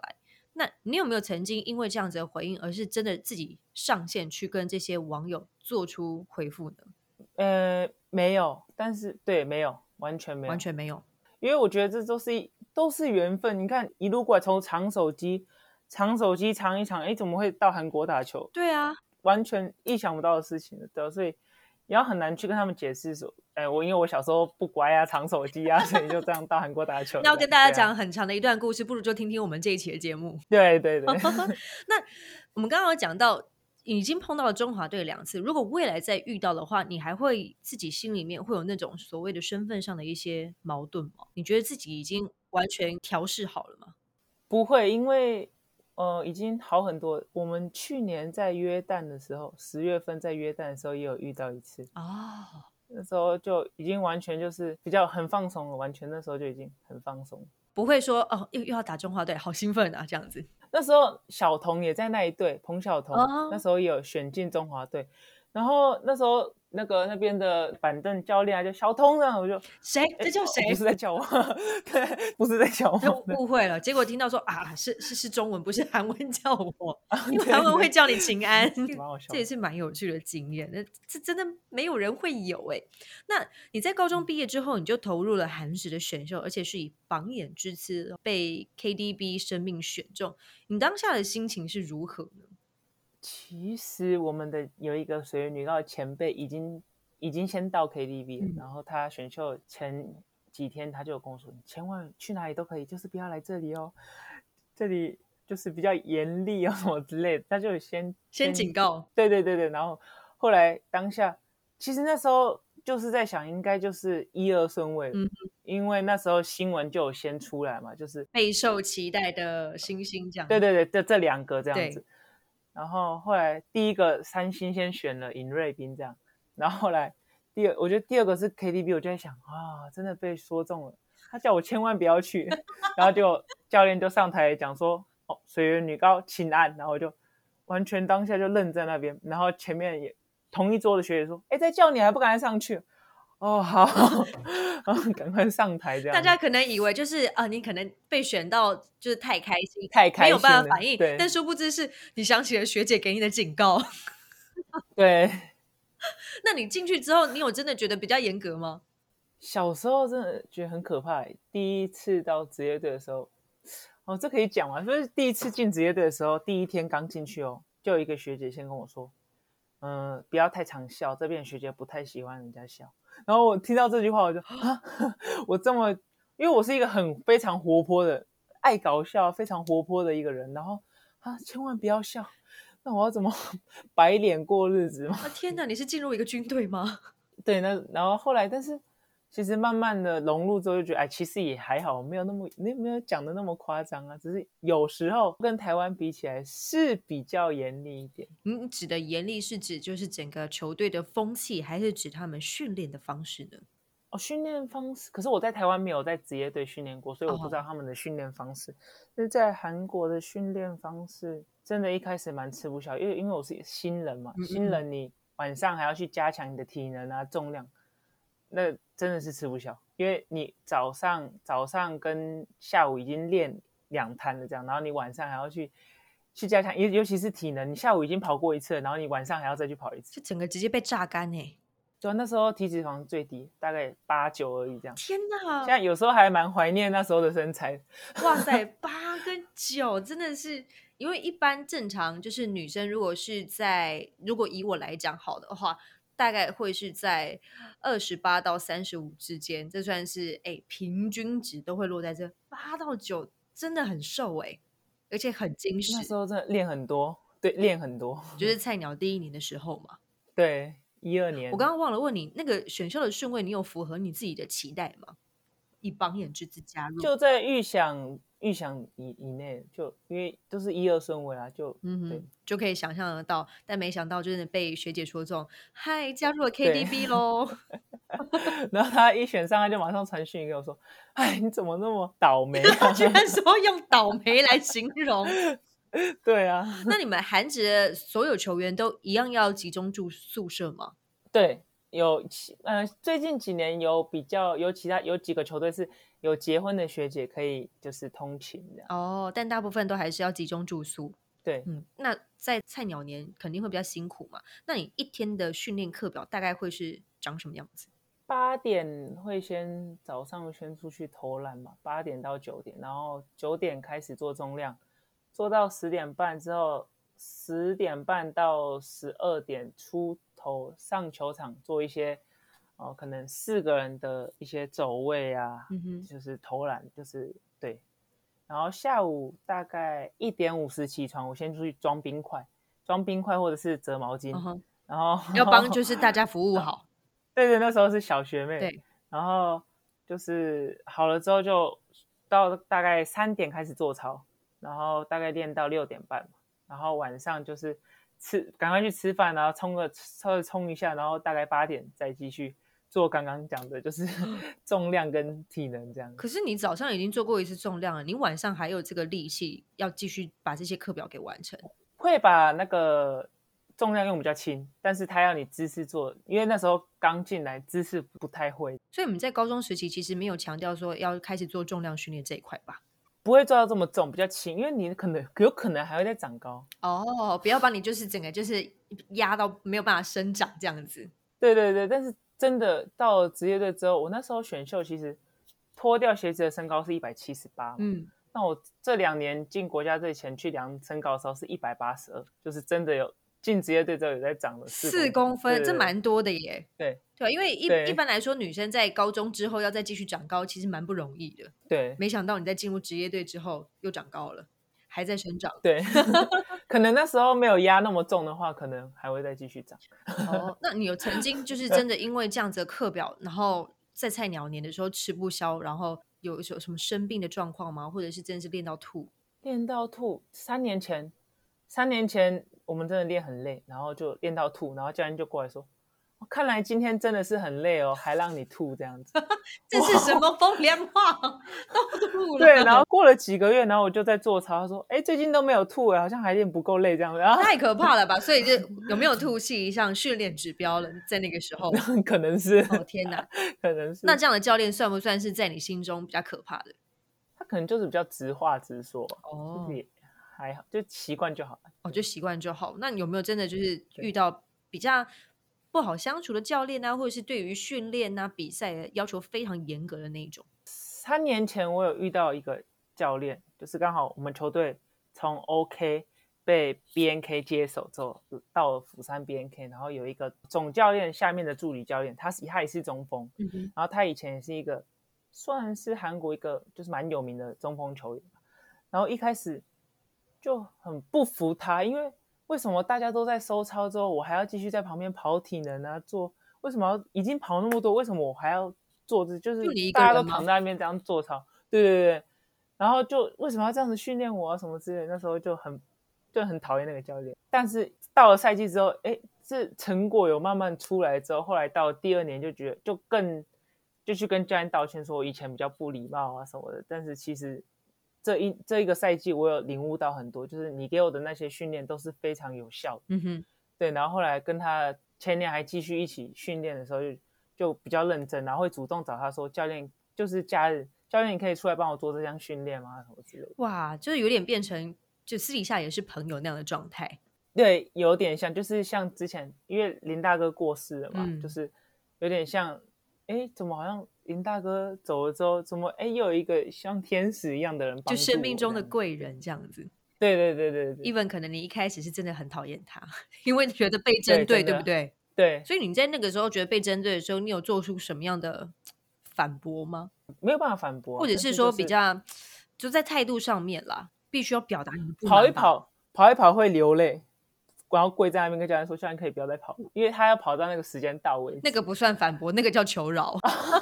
那你有没有曾经因为这样子的回应，而是真的自己上线去跟这些网友做出回复呢？ 没有，但是对，没有，完全没有， 完全没有。 因为我觉得这都是缘分。你看一路过来，从长手机长一场，怎么会到韩国打球？ 对啊， 完全意想不到的事情的，对，所以也要很难去跟他们解释说，因为我小时候不乖啊，藏手机啊，所以就这样到韩国打球。 那要跟大家讲很长的一段故事，不如就听听我们这一期的节目。 对对对。 那我们刚刚有讲到，已经碰到了中华队2次，如果未来再遇到的话，你还会自己心里面会有那种所谓的身份上的一些矛盾吗？你觉得自己已经完全调试好了吗？ 不会，因为已经好很多。我们去年在约旦的时候，10月份在约旦的时候也有遇到一次。 哦， 那时候就已经完全就是比较很放松了，完全那时候就已经很放松。 不会说哦，又要打中华队，好兴奋啊，这样子。 那时候小童也在那一队，彭晓彤，那时候也有选进中华队。然后那时候那边的板凳教练就小童呢，我就谁？这叫谁？ 不是在叫我，对，不是在叫我， 误会了。结果听到说啊，是中文，不是韩文叫我，因为韩文会叫你秦安，这也是蛮有趣的经验。那这真的没有人会有哎。那你在高中毕业之后，你就投入了韩职的选秀，而且是以榜眼之姿被 KDB 生命选中，你当下的心情是如何呢？ 其实我们的有一个水源女高的前辈已经先到 KTV 了，然后他选秀前几天他就有跟我说，你千万去哪里都可以，就是不要来这里哦，这里就是比较严厉哦什么之类的，他就先警告。 对对对对，然后后来当下其实那时候就是在想，应该就是1、2顺位，因为那时候新闻就有先出来嘛，就是备受期待的星星这样。 对对对，这2个这样子。 对， 然后后来第一个三星先选了尹瑞斌这样，然后后来我觉得第2个是 KTB， 我就在想啊，真的被说中了，他叫我千万不要去，然后就教练就上台讲说，水源女高请安，然后我就完全当下就愣在那边，然后前面也同一桌的学姐说，在叫你还不赶快上去。哦，好，然后赶快上台这样。 大家可能以为就是你可能被选到就是太开心， 没有办法反应， 对， 但殊不知是你想起了学姐给你的警告。 对。 那你进去之后，你有真的觉得比较严格吗？ 小时候真的觉得很可怕。第一次到职业队的时候，这可以讲吗？就是第一次进职业队的时候，第一天刚进去就有一个学姐先跟我说，不要太常笑，这边的学姐不太喜欢人家笑。然后我听到这句话，我就我因为我是一个非常活泼的，爱搞笑、非常活泼的一个人，然后千万不要笑，那我要怎么白脸过日子吗？ 天哪，你是进入一个军队吗？ 对，然后后来，但是其实慢慢的融入之后，就觉得其实也还好，没有讲的那么夸张啊，只是有时候跟台湾比起来是比较严厉一点。 你指的严厉是指就是整个球队的风气，还是指他们训练的方式呢？ 训练方式，可是我在台湾没有在职业队训练过，所以我不知道他们的训练方式。但是在韩国的训练方式，真的一开始蛮吃不消，因为我是新人嘛，新人你晚上还要去加强你的体能啊、重量，那真的是吃不消。因为你早上跟下午已经练2摊了这样，然后你晚上还要去加强，尤其是体能，你下午已经跑过一次了，然后你晚上还要再去跑一次， 就整个直接被榨干欸。 对，那时候体脂肪最低，大概8、9而已这样。 天哪！ 现在有时候还蛮怀念那时候的身材。 哇塞，8跟9真的是，因为一般正常就是女生如果以我来讲好的话，大概会是在28到35之间，这算是平均值都会落在这8到9，真的很瘦而且很精实。 那时候真的练很多，对，练很多， 就是菜鸟第1年的时候嘛。 对，12年。 我刚刚忘了问你，那个选秀的顺位，你有符合你自己的期待吗？以榜眼之姿加入， 就在预想以内，就因为都是1、2顺位啊，对， 就可以想象得到。但没想到，真的被学姐说中，嗨，加入了 KDB 咯。 然后他一选上，他就马上传讯给我说：“哎，你怎么那么倒霉啊？” 居然说用倒霉来形容。 对啊。 那你们韩职的所有球员都一样要集中住宿舍吗？ 对，最近几年有几个球队是有结婚的学姐可以就是通勤这样。 哦，但大部分都还是要集中住宿。 对， 那在菜鸟年肯定会比较辛苦嘛，那你一天的训练课表大概会是长什么样子 8点会早上先出去投篮嘛，8点到9点，然后9点开始做重量，做到10点半之后，10点半到12点出头上球场做一些可能4个人的一些走位啊，就是投篮，就是对。然后下午大概1点50起床，我先出去装冰块或者是折毛巾，然后要帮就是大家服务好。 对对，那时候是小学妹。 对， 然后就是好了之后就到大概3点开始做操，然后大概练到6点半嘛，然后晚上就是赶快去吃饭，然后稍微冲一下，然后大概8点再继续做刚刚讲的，就是重量跟体能这样。 可是你早上已经做过一次重量了，你晚上还有这个力气要继续把这些课表给完成？ 会把那个重量用比较轻，但是他要你姿势做，因为那时候刚进来，姿势不太会。 所以我们在高中时期其实没有强调说要开始做重量训练这一块吧？ 不会做到这么重，比较轻，因为你有可能还会再长高。 哦，不要把你就是整个就是压到没有办法生长这样子。 对对对，但是真的到了职业队之后，我那时候选秀其实脱掉鞋子的身高是178嘛，那我这2年进国家队前去量身高的时候是182，就是真的有进职业队之后有在长了 4公分， 对对对， 这蛮多的耶。 对对，因为一般来说女生在高中之后要再继续长高，其实蛮不容易的。 对， 没想到你在进入职业队之后又长高了，还在生长。 对，可能那时候没有压那么重的话，可能还会再继续长。 哦，那你有曾经就是真的因为这样子的课表，然后在菜鸟年的时候吃不消，然后有什么生病的状况吗？或者是真的是练到吐？ 练到吐，3年前我们真的练很累，然后就练到吐，然后教练就过来说，看来今天真的是很累哦，还让你吐这样子。 这是什么风凉话？都吐了。 对，然后过了几个月，然后我就在做操，他说，最近都没有吐好像还练不够累这样子。然后太可怕了吧？所以就有没有吐是像训练指标了，在那个时候。 可能是。 哦天哪， 可能是。 那这样的教练算不算是在你心中比较可怕的？ 他可能就是比较直话直说， 哦， 也还好，就习惯就好了。 哦，就习惯就好。那你有没有真的就是遇到比较不好相处的教练啊，或者是对于训练啊、比赛要求非常严格的那一种 ？3年前我有遇到一个教练，就是刚好我们球队从 OK 被 BNK 接手之后，到了釜山 BNK， 然后有一个总教练下面的助理教练，他也是中锋，然后他以前也是一个算是韩国一个就是蛮有名的中锋球员，然后一开始就很不服他，因为什么大家都在收操之后，我还要继续在旁边跑体能啊，为什么已经跑那么多，为什么我还要做就是大家都躺在那边这样做操？对对对，然后就为什么要这样子训练我啊什么之类的，那时候就很讨厌那个教练。但是到了赛季之后，这成果有慢慢出来之后，后来到第2年就觉得就去跟教练道歉说我以前比较不礼貌啊什么的，但是其实这一个赛季我有领悟到很多，就是你给我的那些训练都是非常有效的。对，然后后来跟他前年还继续一起训练的时候就比较认真，然后会主动找他说，教练就是假日，教练你可以出来帮我做这项训练吗？什么之类的。 哇，就是有点变成就私底下也是朋友那样的状态。 对，有点像，就是像之前因为林大哥过世了嘛，就是有点像，怎么好像林大哥走了之后，怎么又有一个像天使一样的人帮助我， 就生命中的贵人这样子。 对对对对对 ，even 可能你一开始是真的很讨厌他，因为觉得被针对，对不对？ 对。 所以你在那个时候觉得被针对的时候，你有做出什么样的反驳吗？ 没有办法反驳， 或者是说比较就在态度上面啦，必须要表达你的不满。 跑一跑会流泪，然后跪在那边跟教练说，教练可以不要再跑，因为他要跑到那个时间到为止。 那个不算反驳，那个叫求饶。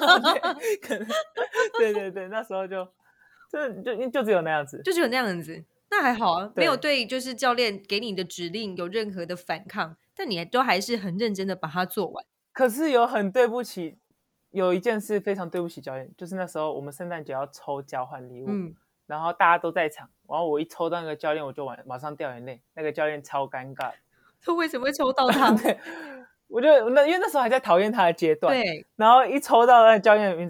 对对对，那时候就只有那样子， 就只有那样子。那还好啊，没有对就是教练给你的指令有任何的反抗，但你都还是很认真的把它做完。 可是有一件事非常对不起教练，就是那时候我们圣诞节要抽交换礼物，然后大家都在场，然后我一抽到那个教练，我就马上掉眼泪，那个教练超尴尬。 他为什么会抽到他？ 对，我就因为那时候还在讨厌他的阶段， 对， 然后一抽到那个教练的名字，我就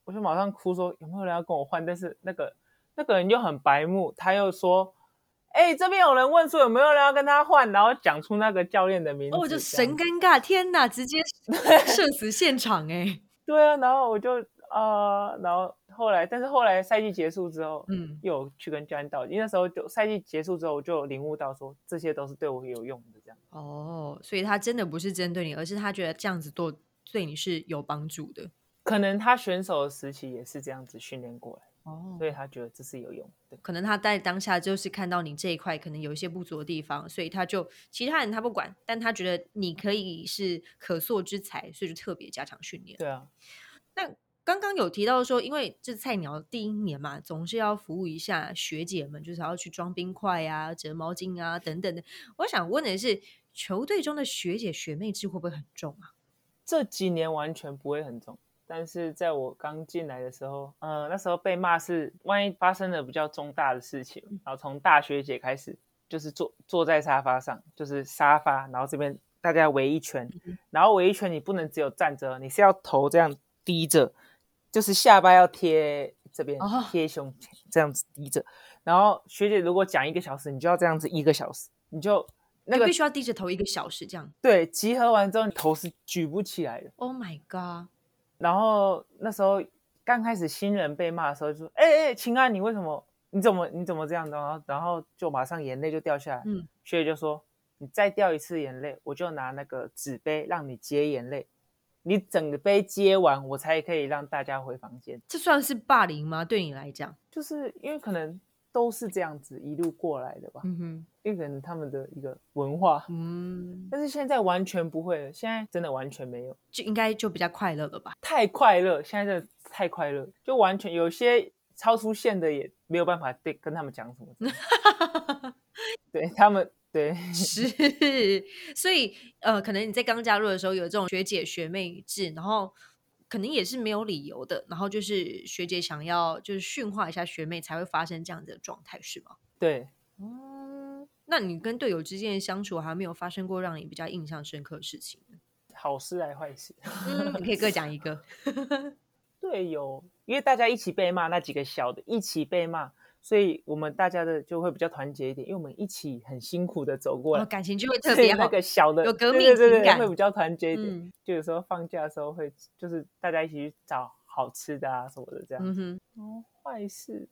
我就马上哭说有没有人要跟我换，但是那个人就很白目，他又说这边有人问说有没有人要跟他换，然后讲出那个教练的名字， 哦，就神尴尬，天哪，直接社死现场对啊，然后我就然后后来赛季结束之后，又有去跟教练道歉，因为那时候就赛季结束之后，我就有领悟到说这些都是对我有用的这样。 哦，所以他真的不是针对你，而是他觉得这样子做对你是有帮助的。 可能他选手的时期也是这样子训练过来，所以他觉得这是有用的。 可能他在当下就是看到你这一块可能有一些不足的地方，所以他就其他人他不管，但他觉得你可以是可塑之才，所以就特别加强训练。 对啊， 那刚刚有提到说，因为这菜鸟第一年嘛，总是要服务一下学姐们，就是要去装冰块啊、折毛巾啊等等的。我想问的是，球队中的学姐学妹制会不会很重啊？ 这几年完全不会很重，但是在我刚进来的时候，那时候被骂是万一发生了比较重大的事情，然后从大学姐开始，就是坐在沙发上，就是沙发，然后这边大家围一圈，然后围一圈你不能只有站着，你是要头这样低着，就是下巴要贴这边，贴胸前这样子低着，然后学姐如果讲1个小时，你就要这样子1个小时，你就你必须要低着头1个小时这样。 对，集合完之后你头是举不起来的。 Oh my god！ 然后那时候刚开始新人被骂的时候就说秦安你为什么你怎么这样的，然后就马上眼泪就掉下来。学姐就说你再掉一次眼泪，我就拿那个纸杯让你接眼泪，你整个杯接完我才可以让大家回房间。 这算是霸凌吗？对你来讲？ 就是因为可能都是这样子一路过来的吧，因为可能他们的一个文化，但是现在完全不会了，现在真的完全没有， 就应该就比较快乐了吧？ 太快乐，现在真的太快乐，就完全有些超出线的也没有办法跟他们讲什么对他们对是，所以可能你在刚加入的时候有这种学姐学妹制，然后可能也是没有理由的，然后就是学姐想要就是驯化一下学妹才会发生这样子的状态，是吗？ 对。 那你跟队友之间的相处还没有发生过让你比较印象深刻的事情呢？ 好事还坏事？ 你可以各讲一个。 队友，因为大家一起被骂，那几个小的一起被骂，所以我们大家的就会比较团结一点，因为我们一起很辛苦的走过来， 感情就会特别好。 那个小的有革命情感， 会比较团结一点。就有时候放假的时候会，就是大家一起去找好吃的啊什么的这样。坏事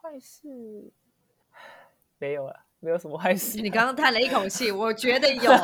没有了。没有什么坏事。 你刚刚叹了一口气，我觉得有，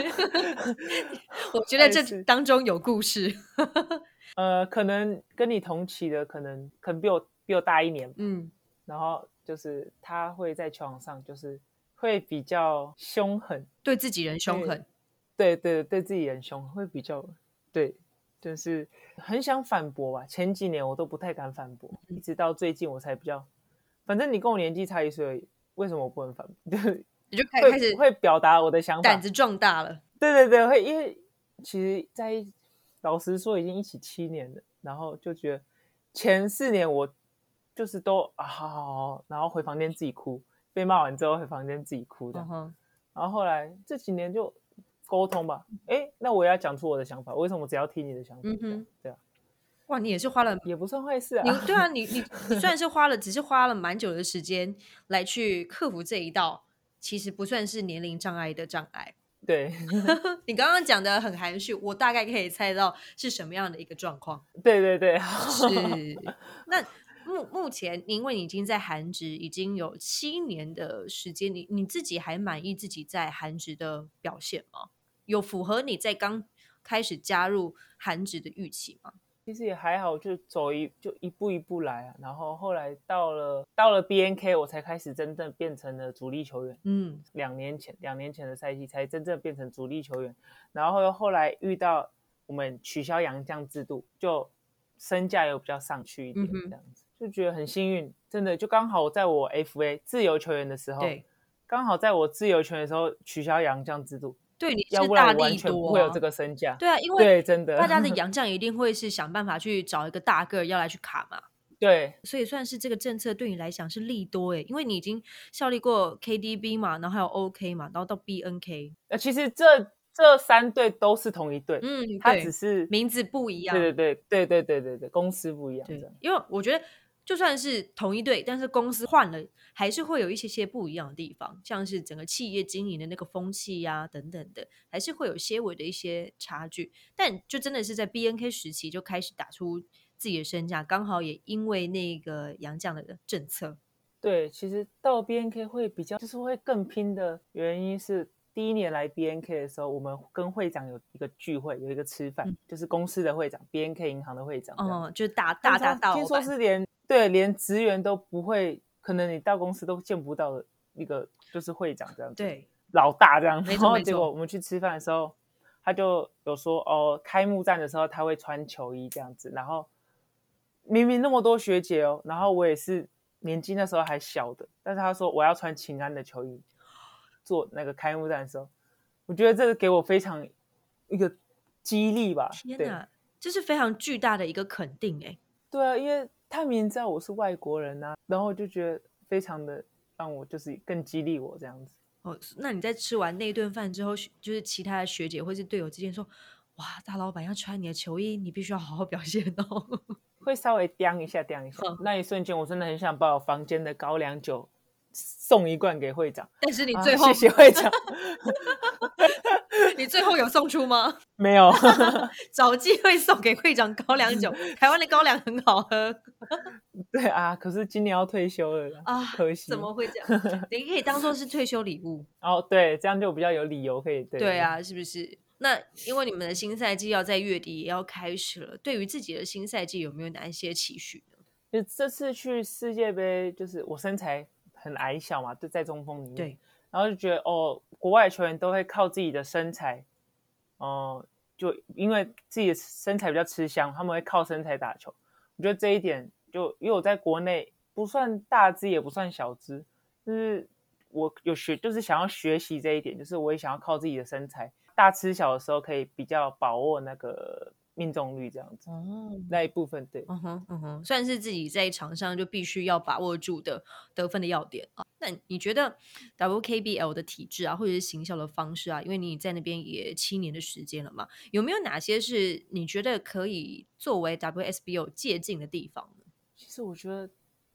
我觉得这当中有故事。 可能跟你同期的，可能比我大1年，然后就是他会在球场上就是会比较凶狠， 对自己人凶狠， 对自己人凶狠，会比较对，就是很想反驳吧。前几年我都不太敢反驳，一直到最近我才比较，反正你跟我年纪差1岁而已。为什么我不能反驳？ 你就开始会表达我的想法， 胆子壮大了。 对，会，因为其实在老实说已经一起7年了，然后就觉得前4年我就是都好，然后回房间自己哭，被骂完之后回房间自己哭的。然后后来这几年就沟通吧，那我也要讲出我的想法，为什么只要听你的想法？对啊。 哇，你也是花了， 也不算坏事啊。 对啊，你虽然是只是花了蛮久的时间来去克服这一道，其实不算是年龄障碍的障碍。 对， 你刚刚讲的很含蓄，我大概可以猜到是什么样的一个状况。 对， 是。那目前，因为你已经在韩职已经有7年的时间，你自己还满意自己在韩职的表现吗？有符合你在刚开始加入韩职的预期吗？ 其实也还好，就一步一步来啊。然后后来到了 BNK， 我才开始真正变成了主力球员。2年前的赛季才真正变成主力球员。然后后来遇到我们取消洋将制度，就身价又比较上去一点，这样子就觉得很幸运，真的就刚好在我 FA 自由球员的时候，刚好在我自由球员的时候取消洋将制度。 对，你是大利多，不会有这个身价。 对啊，因为对，真的大家的洋将一定会是想办法去找一个大个要来去卡嘛。 对， 所以算是这个政策对你来讲是利多因为你已经效力过 KDB 嘛，然后还有 OK 嘛，然后到 BNK。 其实这3队都是同一队，它对， 只是名字不一样。 对，公司不一样这对， 样。 因为我觉得就算是同一队，但是公司换了，还是会有一些不一样的地方，像是整个企业经营的那个风气呀、等等的，还是会有些微的一些差距。但就真的是在 BNK 时期就开始打出自己的身价，刚好也因为那个洋将的政策。 对，其实到 BNK 会比较就是会更拼的原因是，第一年来 BNK 的时候，我们跟会长有一个聚会，有一个吃饭，就是公司的会长，BNK 银行的会长这样。 就是大听老板。 说是连职员都不会，可能你到公司都见不到的一个就是会长这样子， 对， 老大这样。 没错然后结果我们去吃饭的时候，他就有说开幕战的时候他会穿球衣这样子，然后明明那么多学姐然后我也是年纪那时候还小的，但是他说我要穿秦安的球衣做那个开幕战的时候，我觉得这个给我非常一个激励吧。 天哪，这是非常巨大的一个肯定哎。 对啊，因为他明知道我是外国人啊，然后就觉得非常的让我就是更激励我这样子。 那你在吃完那顿饭之后，就是其他的学姐或是队友之间说：“哇，大老板要穿你的球衣，你必须要好好表现哦。” 会稍微掂一下，那一瞬间我真的很想把我房间的高粱酒送一罐给会长。 但是你最后， 谢谢会长。 你最后有送出吗？ 没有。 找机会送给会长高粱酒，台湾的高粱很好喝。 对啊，可是今年要退休了啊， 可惜。 怎么会这样？你可以当做是退休礼物。 对，这样就比较有理由可以。 对啊，是不是？那因为你们的新赛季要在月底也要开始了，对于自己的新赛季有没有哪一些期许呢？ 就这次去世界杯，就是我身材很矮小嘛，就在中锋里面。 对， 然后就觉得国外球员都会靠自己的身材，就因为自己的身材比较吃香，他们会靠身材打球。我觉得这一点就因为我在国内不算大只也不算小只，就是我就是想要学习这一点，就是我也想要靠自己的身材，大吃小的时候可以比较把握那个命中率这样子。那一部分对。 算是自己在场上就必须要把握住的得分的要点啊。那你觉得 WKBL 的体制啊，或者是行销的方式啊，因为你在那边也7年的时间了嘛，有没有哪些是你觉得可以作为 WSBL 借鉴的地方呢？ 其实我觉得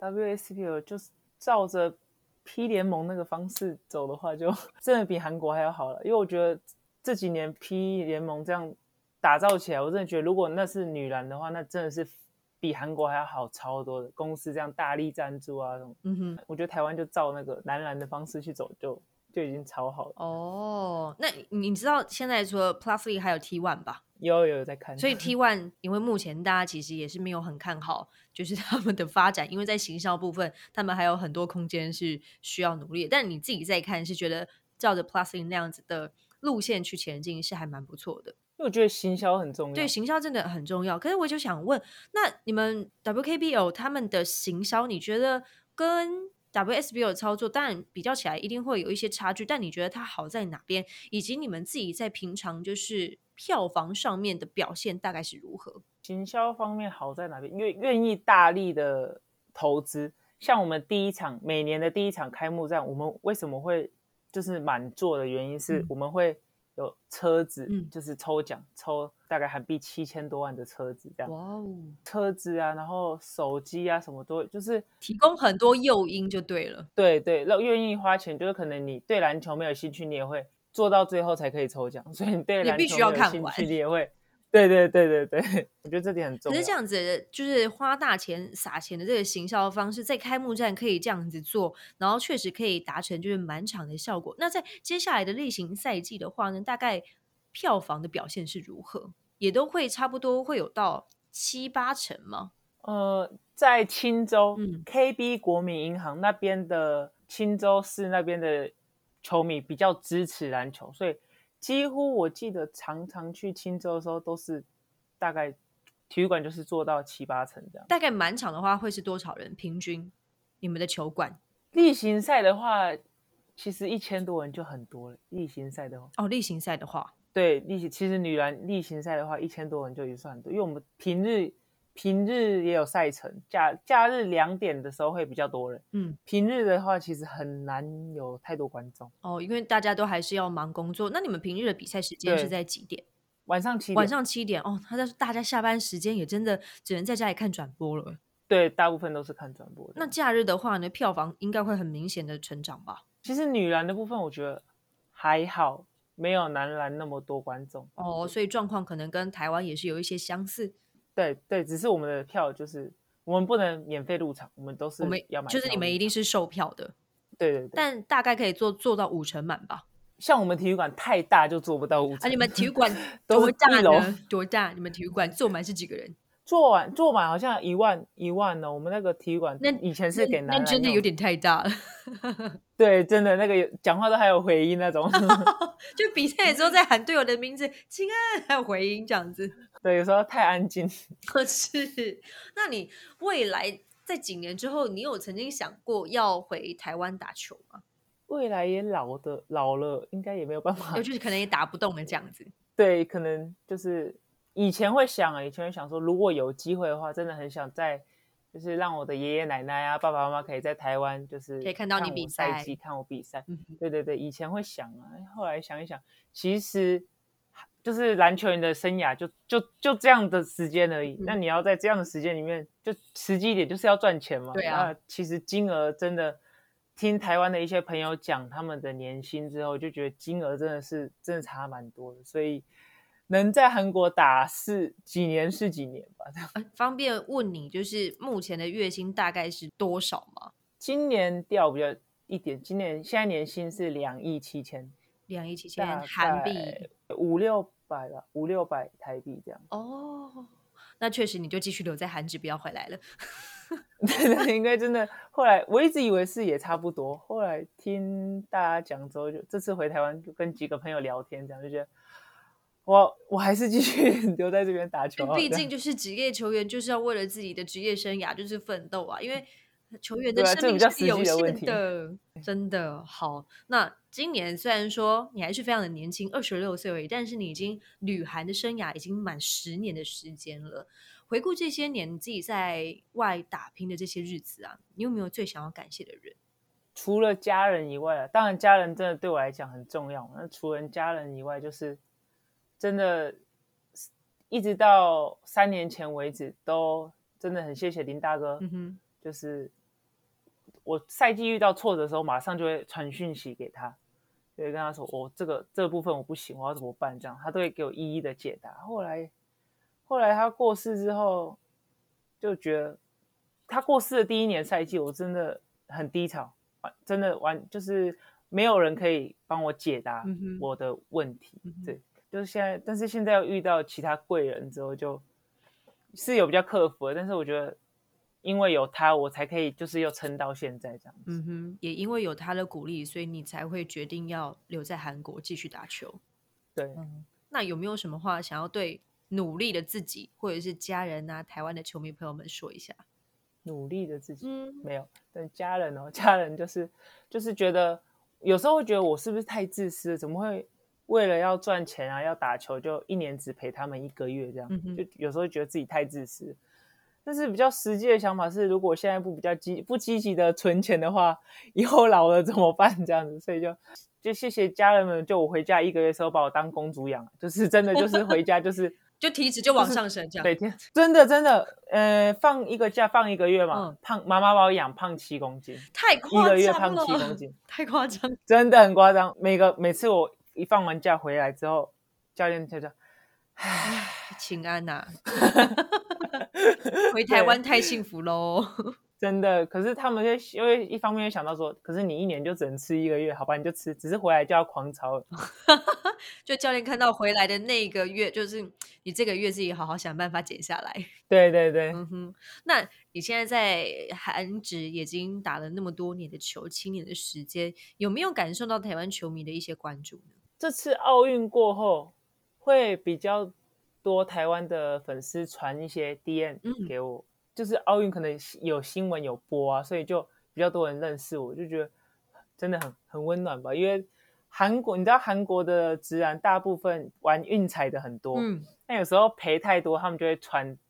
WSBL 就是照着 P 联盟那个方式走的话，就真的比韩国还要好了。因为我觉得这几年 P 联盟这样打造起来，我真的觉得如果那是女篮的话，那真的是比韩国还要好超多的。公司这样大力赞助啊，我觉得台湾就照那个男篮的方式去走就已经超好了。 那你知道现在除了 Plus League 还有 T1 吧？ 有在看。 所以 T1 因为目前大家其实也是没有很看好，就是他们的发展，因为在行销部分，他们还有很多空间是需要努力的。但你自己在看，是觉得照着 Plus League 那样子的路线去前进，是还蛮不错的。 因为我觉得行销很重要。 对，行销真的很重要。可是我就想问，那你们 WKBL 他们的行销，你觉得跟 WSBL 的操作，当然比较起来一定会有一些差距，但你觉得它好在哪边？以及你们自己在平常就是票房上面的表现大概是如何？ 行销方面好在哪边？因为愿意大力的投资，像我们每年的第一场开幕战，我们为什么会就是满座的原因是我们会有车子，就是抽奖，抽大概韩币7000多万的车子这样。 哇哦， 车子啊，然后手机啊，什么都就是提供很多诱因就对了。 对，让愿意花钱，就是可能你对篮球没有兴趣，你也会做到最后才可以抽奖，所以你对篮球没有兴趣，你也会。对，我觉得这点很重要。 可是这样子就是花大钱撒钱的这个行销方式，在开幕战可以这样子做，然后确实可以达成就是满场的效果。那在接下来的例行赛季的话呢，大概票房的表现是如何？也都会差不多会有到7-8成吗？ 在青州，KB 国民银行那边的青州市那边的球迷比较支持篮球，所以几乎我记得常常去青州的时候都是大概体育馆就是做到7-8成这样。 大概满场的话会是多少人？平均你们的球馆？ 例行赛的话，其实1000多人就很多了。例行赛的话， 例行赛的话， 对其实女篮例行赛的话，1000多人就已经算很多，因为我们平日平日也有赛程，假日2点的时候会比较多人。平日的话其实很难有太多观众。 因为大家都还是要忙工作。那你们平日的比赛时间是对， 在几点？ 晚上7点。 晚上7点大家下班时间也真的只能在家里看转播了。 对，大部分都是看转播的。 那假日的话呢，票房应该会很明显的成长吧？ 其实女篮的部分我觉得还好，没有男篮那么多观众。 所以状况可能跟台湾也是有一些相似。 对，只是我们的票就是我们不能免费入场，我们都是要买票入场。 就是你们一定是售票的。 对， 但大概可以做到50%满吧？ 像我们体育馆太大就做不到50%。 你们体育馆都是多大 1楼呢？多大？你们体育馆坐满是几个人？ 坐满好像1万呢。我们那个体育馆以前是给男篮用， 那真的有点太大了。 对，真的那个讲话都还有回音那种。 就比赛的时候在喊队友的名字，亲爱，还有回音这样子。 对，有时候太安静。 是。那你未来在几年之后，你有曾经想过要回台湾打球吗？ 未来也老了，应该也没有办法。 就是可能也打不动了这样子。 对，可能就是以前会想说，如果有机会的话，真的很想就是让我的爷爷奶奶啊、爸爸妈妈可以在台湾，就是可以看到你比赛， 看我比赛。对，以前会想啊，后来想一想，其实就是篮球员的生涯就这样的时间而已。那你要在这样的时间里面，就实际一点，就是要赚钱嘛。 对啊。 那其实金额真的，听台湾的一些朋友讲他们的年薪之后，就觉得金额真的差蛮多的，所以能在韩国打是几年吧。 方便问你，就是目前的月薪大概是多少吗？ 今年掉比较一点，现在年薪是2.7亿。 2.7亿韩币 ，500-600吧，500-600台币这样。 那确实你就继续留在韩职，不要回来了。 对，应该真的。后来我一直以为是也差不多，后来听大家讲之后，就这次回台湾就跟几个朋友聊天，这样就觉得我还是继续留在这边打球。 毕竟就是职业球员，就是要为了自己的职业生涯就是奋斗啊，因为球员的生命是有限的，真的。好，那今年虽然说你还是非常的年轻，26岁而已，但是你已经旅韩的生涯已经满10年的时间了。回顾这些年你自己在外打拼的这些日子啊，你有没有最想要感谢的人？ 除了家人以外，当然家人真的对我来讲很重要。那除了家人以外，就是真的一直到3年前为止，都真的很谢谢林大哥。就是我赛季遇到挫折的时候，马上就会传讯息给他，就会跟他说这个部分我不行，我要怎么办，这样他都会给我一一的解答。后来他过世之后，就觉得他过世的第1年赛季，我真的很低潮，真的就是没有人可以帮我解答我的问题。对，就是现在，但是现在又遇到其他贵人之后，就是有比较克服了。但是我觉得，因为有他，我才可以就是又撑到现在这样子。 也因为有他的鼓励，所以你才会决定要留在韩国继续打球。 对， 那有没有什么话想要对努力的自己或者是家人啊，台湾的球迷朋友们说一下？ 努力的自己，没有。但家人就是觉得有时候会觉得我是不是太自私了，怎么会为了要赚钱啊，要打球就1年只陪他们1个月这样。就有时候觉得自己太自私。但是比较实际的想法是，如果现在不积极的存钱的话，以后老了怎么办这样子。所以就谢谢家人们，就我回家1个月的时候把我当公主养，就是真的就是回家就是就体脂就往上升这样。 对，真的，放一个假放1个月嘛，妈妈把我养胖7公斤， 太夸张了， 1个月胖7公斤， 太夸张， 真的很夸张。每次我一放完假回来之后，教练就说：“唉， 请安呐，回台湾太幸福喽。” 真的，可是他们因为一方面会想到说，可是你1年就只能吃1个月，好吧，你就吃，只是回来就要狂操了。 就教练看到回来的那个月，就是你这个月自己好好想办法减下来。 对， 那你现在在韩职已经打了那么多年的球，7年的时间，有没有感受到台湾球迷的一些关注呢？ 这次奥运过后，会比较多台湾的粉丝传一些 DM 给我。就是奥运可能有新闻有播啊，所以就比较多人认识我，就觉得真的很温暖吧。因为你知道韩国的职篮大部分玩运彩的很多，但有时候赔太多，他们就会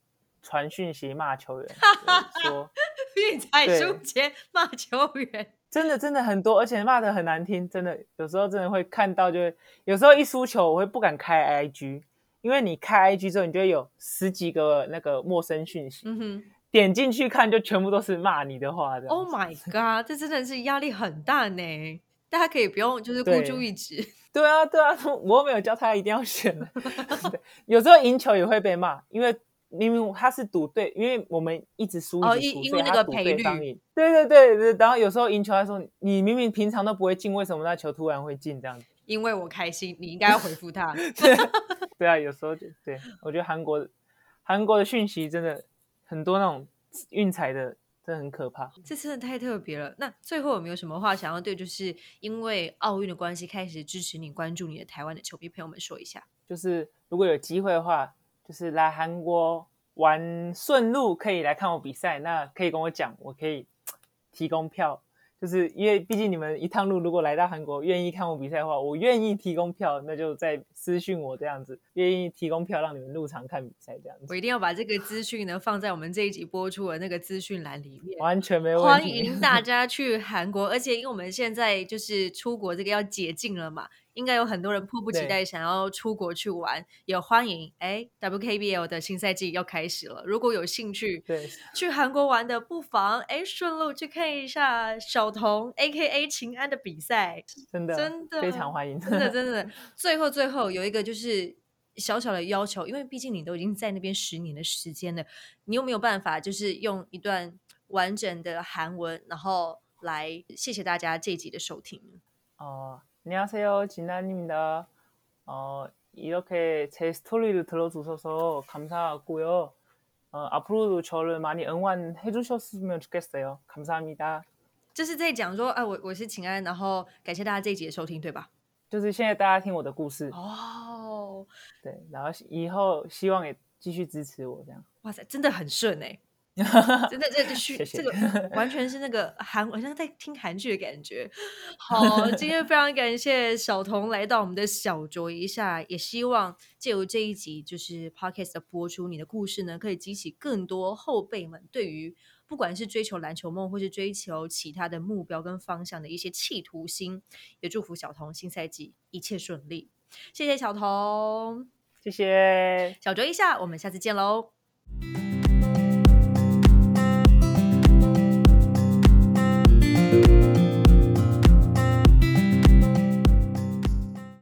传讯息骂球员，说运彩对输钱骂球员， 真的很多，而且骂得很难听，真的有时候真的会看到就会，有时候一输球我会不敢开 IG， 因为你开 IG 之后，你就会有10几个那个陌生讯息，点进去看就全部都是骂你的话，这样。 Oh my god， 这真的是压力很大呢。大家可以不用就是孤注一掷。 对啊，我又没有教他一定要选的。有时候赢球也会被骂，因为明明他是赌对，因为我们一直输一直输， 因为那个赔率。 对，然后有时候赢球他说你明明平常都不会进，为什么那球突然会进这样子？ 因为我开心，你应该要回复他。 对啊，有时候对，我觉得韩国的讯息真的很多那种运彩的，真的很可怕。 这真的太特别了。那最后有没有什么话想要对就是因为奥运的关系开始支持你关注你的台湾的球迷朋友们说一下？ 就是如果有机会的话，就是来韩国玩顺路可以来看我比赛，那可以跟我讲，我可以提供票。就是因为毕竟你们一趟路如果来到韩国愿意看我比赛的话，我愿意提供票，那就再私讯我这样子，愿意提供票让你们入场看比赛这样子。 我一定要把这个资讯呢放在我们这一集播出的那个资讯栏里面， 完全没问题。 欢迎大家去韩国，而且因为我们现在就是出国这个要解禁了嘛，应该有很多人迫不及待想要出国去玩，也欢迎WKBL 的新赛季要开始了，如果有兴趣去韩国玩的，不妨顺路去看一下小童 AKA 秦安的比赛，真的非常欢迎， 真的。最后有一个就是小小的要求，因为毕竟你都已经在那边10年的时间了，你有没有办法就是用一段完整的韩文，然后来谢谢大家这一集的收听？ 안녕하세요, 진아입니다. 이렇게 제 스토리를 들어주셔서 감사하고요. 앞으로도 저를 많이 응원해 주셨으면 좋겠어요. 감사합니다. 这是在讲说，我是秦安，然后感谢大家这一集的收听，对吧？ 就是现在大家听我的故事对，然后以后希望也继续支持我这样。 哇塞，真的很顺真的这个完全是那个好像在听韩剧的感觉。好，今天非常感谢小童来到我们的小酌一下，也希望借由这一集就是 Podcast 的播出，你的故事呢可以激起更多后辈们对于不管是追求篮球梦或是追求其他的目标跟方向的一些企图心，也祝福小童新赛季一切顺利。谢谢小童， 谢谢小酌一下，我们下次见喽。